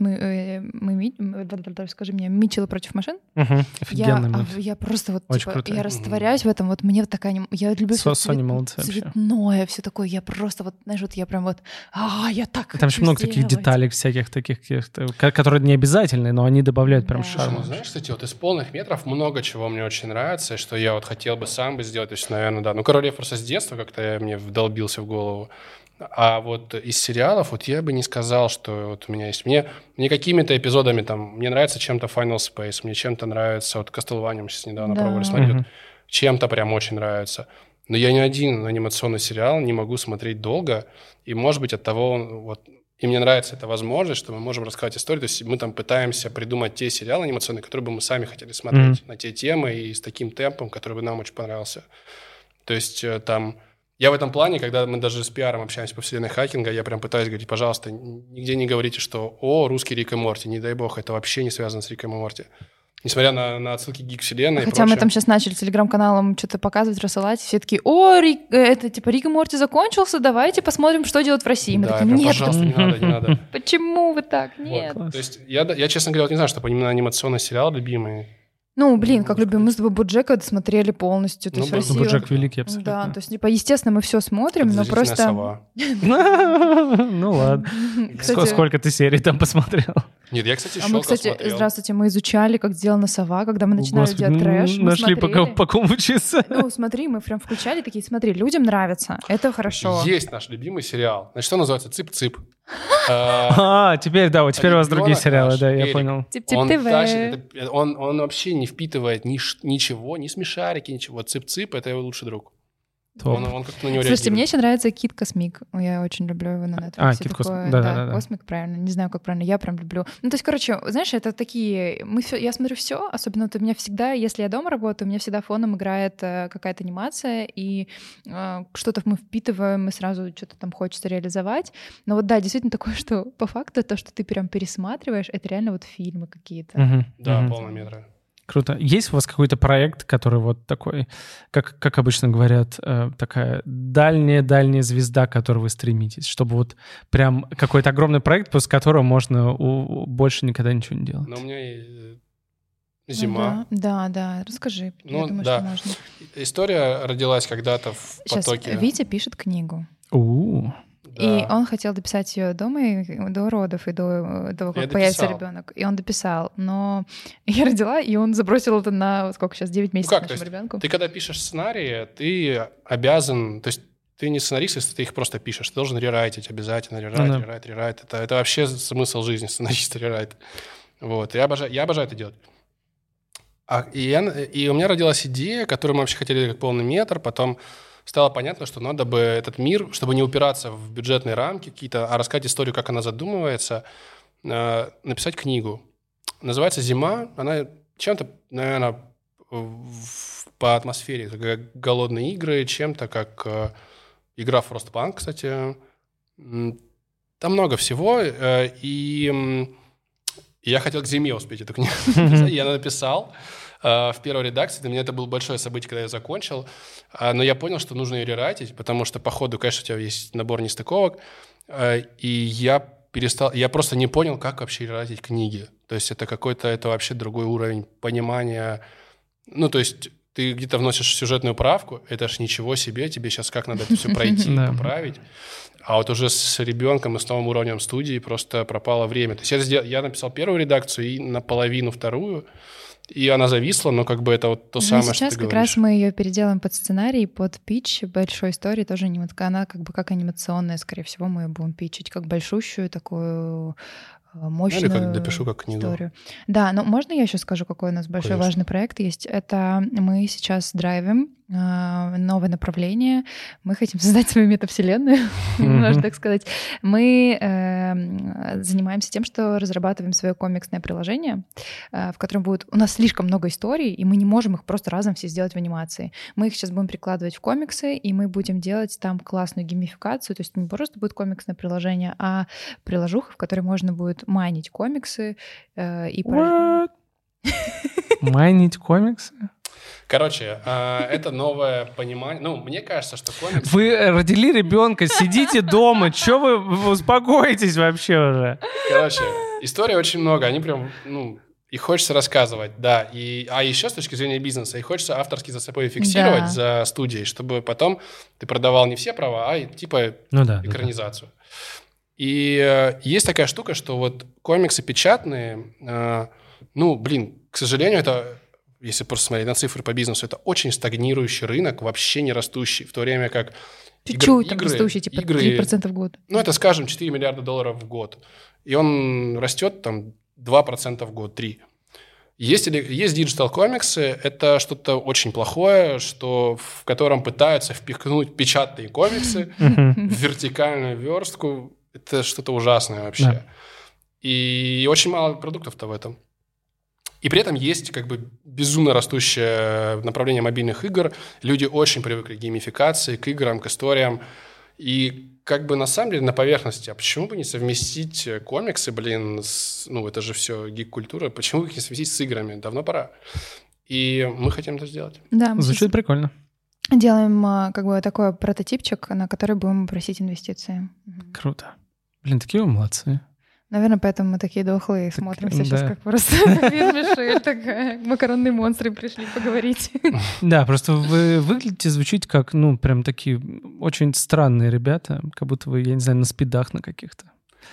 A: скажи мне, «Митчелл против машин».
B: Офигенный мультик.
A: Я просто вот,
B: я
A: растворяюсь в этом, вот мне вот такая... Я люблю все цветное, все такое, я просто вот, знаешь, вот я прям вот... я так хочу.
B: Там же много таких деталей всяких таких, которые не обязательные, но они добавляют прям шарм.
C: Знаешь, кстати, вот из полных метров много чего мне очень нравится, что я вот хотел бы сам бы сделать, то есть, наверное, да. «Король Лев» просто с детства как-то мне вдолбился в голову. А вот из сериалов вот я бы не сказал, что вот у меня есть... Мне какими-то эпизодами там... Мне нравится чем-то Final Space, мне чем-то нравится... Вот Castlevania сейчас недавно пробовали смотреть. Чем-то прям очень нравится. Но я ни один анимационный сериал не могу смотреть долго. И, может быть, от того... Вот, и мне нравится эта возможность, что мы можем рассказать историю. То есть мы там пытаемся придумать те сериалы анимационные, которые бы мы сами хотели смотреть. На те темы и с таким темпом, который бы нам очень понравился. То есть там... Я в этом плане, когда мы даже с пиаром общаемся по вселенной хакинга, я прям пытаюсь говорить, пожалуйста, нигде не говорите, что русский Рик и Морти, не дай бог, это вообще не связано с Риком и Морти. Несмотря на отсылки гик-вселенной.
A: Хотя мы там сейчас начали телеграм-каналам что-то показывать, рассылать, все такие: это типа Рик и Морти закончился, давайте посмотрим, что делать в России. Мы такие: нет,
C: пожалуйста, не надо.
A: Почему вы так? Нет.
C: То есть я, честно говоря, не знаю, что именно анимационный сериал любимый.
A: Как любим, мы с тобой «Боджека» досмотрели полностью. То есть в России...
B: «Боджек» великий абсолютно.
A: Да, то есть, естественно, мы все смотрим, но просто...
C: Сова.
B: Ну ладно. Сколько ты серий там посмотрел?
C: Нет, я, кстати, «Щелка» смотрел.
A: Здравствуйте, мы изучали, как сделана сова, когда мы начинали делать трэш.
B: Нашли по кому учиться.
A: Смотри, мы прям включали такие: смотри, людям нравится, это хорошо.
C: Есть наш любимый сериал. Значит, что называется? «Цып-цып».
B: Теперь у вас другие сериалы, да, я понял.
A: Тип-тип-ТВ.
C: Он вообще не впитывает ничего, ни смешарики, ничего. «Цып-цып» — это его лучший друг. Он как-то на него реагирует.
A: Слушайте, мне еще нравится «Кит Космик». Я очень люблю его на Netflix.
B: «Кит Космик»,
A: да. «Космик», правильно. Не знаю, как правильно. Я прям люблю. То есть, короче, знаешь, это такие... Я смотрю все, особенно вот у меня всегда, если я дома работаю, у меня всегда фоном играет какая-то анимация, и что-то мы впитываем, и сразу что-то там хочется реализовать. Но вот да, действительно такое, что по факту то, что ты прям пересматриваешь, это реально вот фильмы какие-то.
C: Да, полнометра.
B: Круто. Есть у вас какой-то проект, который вот такой, как обычно говорят, такая дальняя звезда, к которой вы стремитесь, чтобы вот прям какой-то огромный проект, после которого можно больше никогда ничего не делать?
C: Ну, у меня «Зима».
A: Да, расскажи. Я думаю, что можно.
C: История родилась когда-то в потоке.
A: Сейчас Витя пишет книгу. И он хотел дописать ее до родов и до того, как появится ребенок. И он дописал. Но я родила, и он забросил это на, сколько сейчас, 9 месяцев нашему ребенку.
C: Ты когда пишешь сценарии, ты обязан... То есть ты не сценарист, если ты их просто пишешь. Ты должен рерайтить обязательно. Рерайт. Это вообще смысл жизни, сценариста рерайт. Вот. Я обожаю это делать. И у меня родилась идея, которую мы вообще хотели как полный метр, потом стало понятно, что надо бы этот мир, чтобы не упираться в бюджетные рамки какие-то, а рассказать историю, как она задумывается, написать книгу. Называется «Зима». Она чем-то, наверное, по атмосфере, как «Голодные игры», чем-то как игра Frostpunk, кстати. Там много всего, и я хотел к зиме успеть эту книгу написать. Я написал в первой редакции. Для меня это было большое событие, когда я закончил. Но я понял, что нужно ее рерайтить, потому что по ходу, конечно, у тебя есть набор нестыковок. И я просто не понял, как вообще рерайтить книги. То есть это вообще другой уровень понимания. Ну, то есть ты где-то вносишь сюжетную правку, это ж ничего себе, тебе сейчас как надо это все пройти, поправить. А вот уже с ребенком и с новым уровнем студии просто пропало время. То есть я написал первую редакцию и наполовину вторую, и она зависла, но как бы это вот то самое, что ты говоришь.
A: Сейчас как раз мы ее переделаем под сценарий, под питч большой истории, тоже она как бы как анимационная, скорее всего, мы ее будем питчить как большущую такую мощную
C: или как допишу как книгу.
A: Историю. Да, но можно я еще скажу, какой у нас большой
C: Конечно.
A: важный проект есть? Это мы сейчас драйвим новое направление. Мы хотим создать свою метавселенную, можно так сказать. Мы занимаемся тем, что разрабатываем свое комиксное приложение, в котором будет... У нас слишком много историй, и мы не можем их просто разом все сделать в анимации. Мы их сейчас будем прикладывать в комиксы, и мы будем делать там классную геймификацию. То есть не просто будет комиксное приложение, а приложуха, в которой можно будет майнить комиксы и...
B: Майнить комиксы?
C: Короче, это новое понимание. Ну, мне кажется, что комикс...
B: Вы родили ребенка, сидите дома, чё вы успокоитесь вообще уже?
C: Короче, историй очень много, они прям, их хочется рассказывать, да. А еще с точки зрения бизнеса, их хочется авторски за собой фиксировать, за студией, чтобы потом ты продавал не все права, а типа экранизацию. И есть такая штука, что вот комиксы печатные, к сожалению, это... Если просто смотреть на цифры по бизнесу, это очень стагнирующий рынок, вообще не растущий, в то время как
A: чуть-чуть растущий, типа 3% в год.
C: Ну, это, скажем, $4 миллиарда в год. И он растет там 2% в год, 3%. Есть диджитал-комиксы, это что-то очень плохое, в котором пытаются впихнуть печатные комиксы в вертикальную верстку. Это что-то ужасное вообще. Да. И очень мало продуктов-то в этом. И при этом есть как бы безумно растущее направление мобильных игр. Люди очень привыкли к геймификации, к играм, к историям. И как бы на самом деле на поверхности, а почему бы не совместить комиксы, это же все гик-культура, почему бы их не совместить с играми? Давно пора. И мы хотим это сделать.
A: Да,
B: звучит прикольно.
A: Делаем как бы такой прототипчик, на который будем просить инвестиции.
B: Круто. Блин, такие вы молодцы.
A: Наверное, поэтому мы такие дохлые смотримся сейчас, как просто Мишель, такая, макаронные монстры пришли поговорить.
B: Да, просто вы выглядите, звучите как, прям такие очень странные ребята, как будто вы, я не знаю, на спидах на каких-то.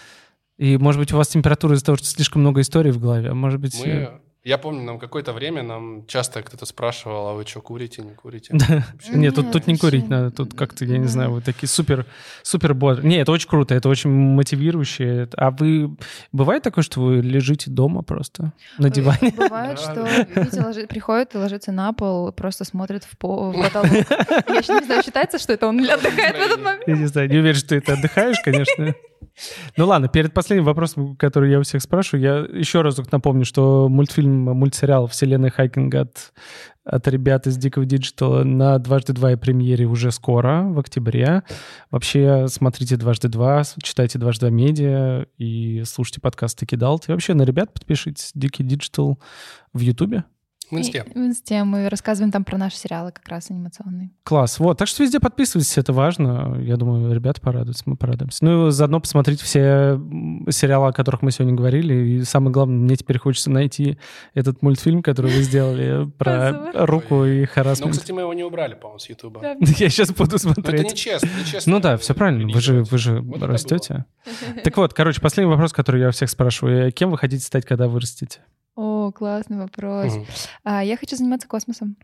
B: И, может быть, у вас температура из-за того, что слишком много историй в голове, а может быть...
C: Я помню, нам какое-то время часто кто-то спрашивал, а вы что, курите, не курите?
B: Нет, тут не курить надо, тут как-то, я не знаю, вы такие супер бодрые. Не, это очень круто, это очень мотивирующе. А вы... Бывает такое, что вы лежите дома просто на диване?
A: Бывает, что Витя приходит и ложится на пол, просто смотрит в потолок. Я еще не знаю, считается, что это он отдыхает в этот момент?
B: Я не знаю, не уверен, что ты отдыхаешь, конечно. Ну ладно, перед последним вопросом, который я у всех спрашиваю, я еще разок напомню, что мультсериал «Вселенная Хайкинга» от ребят из Дикого Диджитала на «Дважды два» и премьере уже скоро, в октябре. Вообще смотрите «Дважды два», читайте «Дважды два медиа» и слушайте подкасты «Кидалт». И вообще на ребят подпишитесь. Дикий Диджитал в Ютубе.
C: В Инсте.
A: В Инсте мы рассказываем там про наши сериалы как раз анимационные.
B: Класс. Вот. Так что везде подписывайтесь, это важно. Я думаю, ребята порадуются, мы порадуемся. Ну и заодно посмотрите все сериалы, о которых мы сегодня говорили. И самое главное, мне теперь хочется найти этот мультфильм, который вы сделали про руку и харассмент.
C: Ну, кстати, мы его не убрали, по-моему, с Ютуба.
B: Я сейчас буду смотреть. Но
C: это нечестно.
B: Ну да, все правильно. Вы же растете. Так вот, короче, последний вопрос, который я у всех спрашиваю. Кем вы хотите стать, когда вырастете?
A: О, классный вопрос. Я хочу заниматься космосом.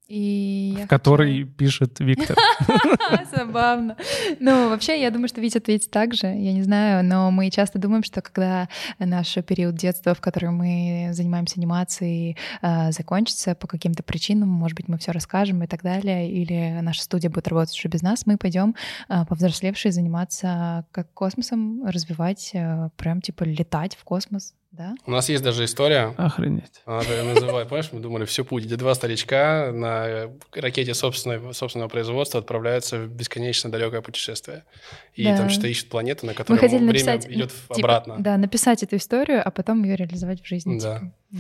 A: И
B: в которой пишет Виктор.
A: Забавно. Ну, вообще, я думаю, что Витя ответит так же, я не знаю, но мы часто думаем, что когда наш период детства, в котором мы занимаемся анимацией, закончится по каким-то причинам, может быть, мы все расскажем и так далее, или наша студия будет работать уже без нас, мы пойдем повзрослевшие заниматься как космосом, развивать, прям типа летать в космос. Да?
C: У нас есть даже история.
B: Охренеть.
C: Она называет, помнишь, мы думали, все путь, где два старичка на ракете собственного производства отправляются в бесконечно далекое путешествие. И там что-то ищут планету, на которой время
A: написать,
C: идет обратно.
A: Да, написать эту историю, а потом ее реализовать в жизни.
C: Да.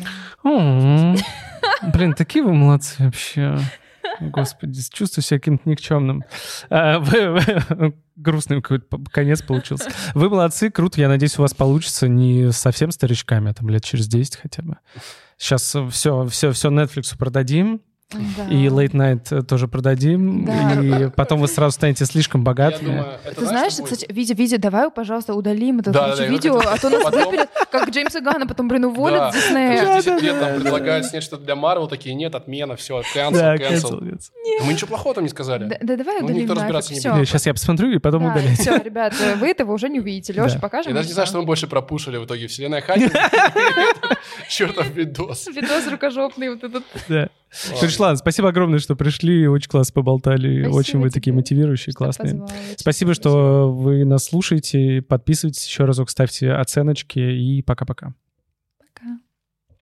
B: Блин, такие вы молодцы вообще. Господи, чувствую себя каким-то никчемным. Грустный какой-то конец получился. Вы молодцы, круто. Я надеюсь, у вас получится не совсем старичками, а там лет через 10 хотя бы. Сейчас все Netflix продадим.
A: Да.
B: И Late Night тоже продадим,
A: да.
B: И потом вы сразу станете слишком богатыми.
C: Думаю,
A: ты знаешь, кстати, Витя, давай, пожалуйста, удалим это видео, а то нас выпилят, как Джеймса Ганна, потом, уволят с Диснея.
C: 10 лет там предлагают снять что-то для Марвел, такие, нет, отмена, все, cancel. Мы ничего плохого там не сказали.
A: Да давай удалим.
C: Никто разбираться не будет.
B: Сейчас я посмотрю и потом удаляйте.
A: Все, ребят, вы этого уже не увидите. Леша, покажем.
C: Я даже не знаю, что мы больше пропушили в итоге. Вселенная Хакер. Чертов видос.
A: Видос рукожопный вот этот.
B: Да. Ладно, спасибо огромное, что пришли, очень классно поболтали,
A: спасибо
B: очень вы
A: тебе,
B: такие мотивирующие, классные.
A: Позвала,
B: спасибо, что вы нас слушаете, подписывайтесь еще разок, ставьте оценочки и пока-пока.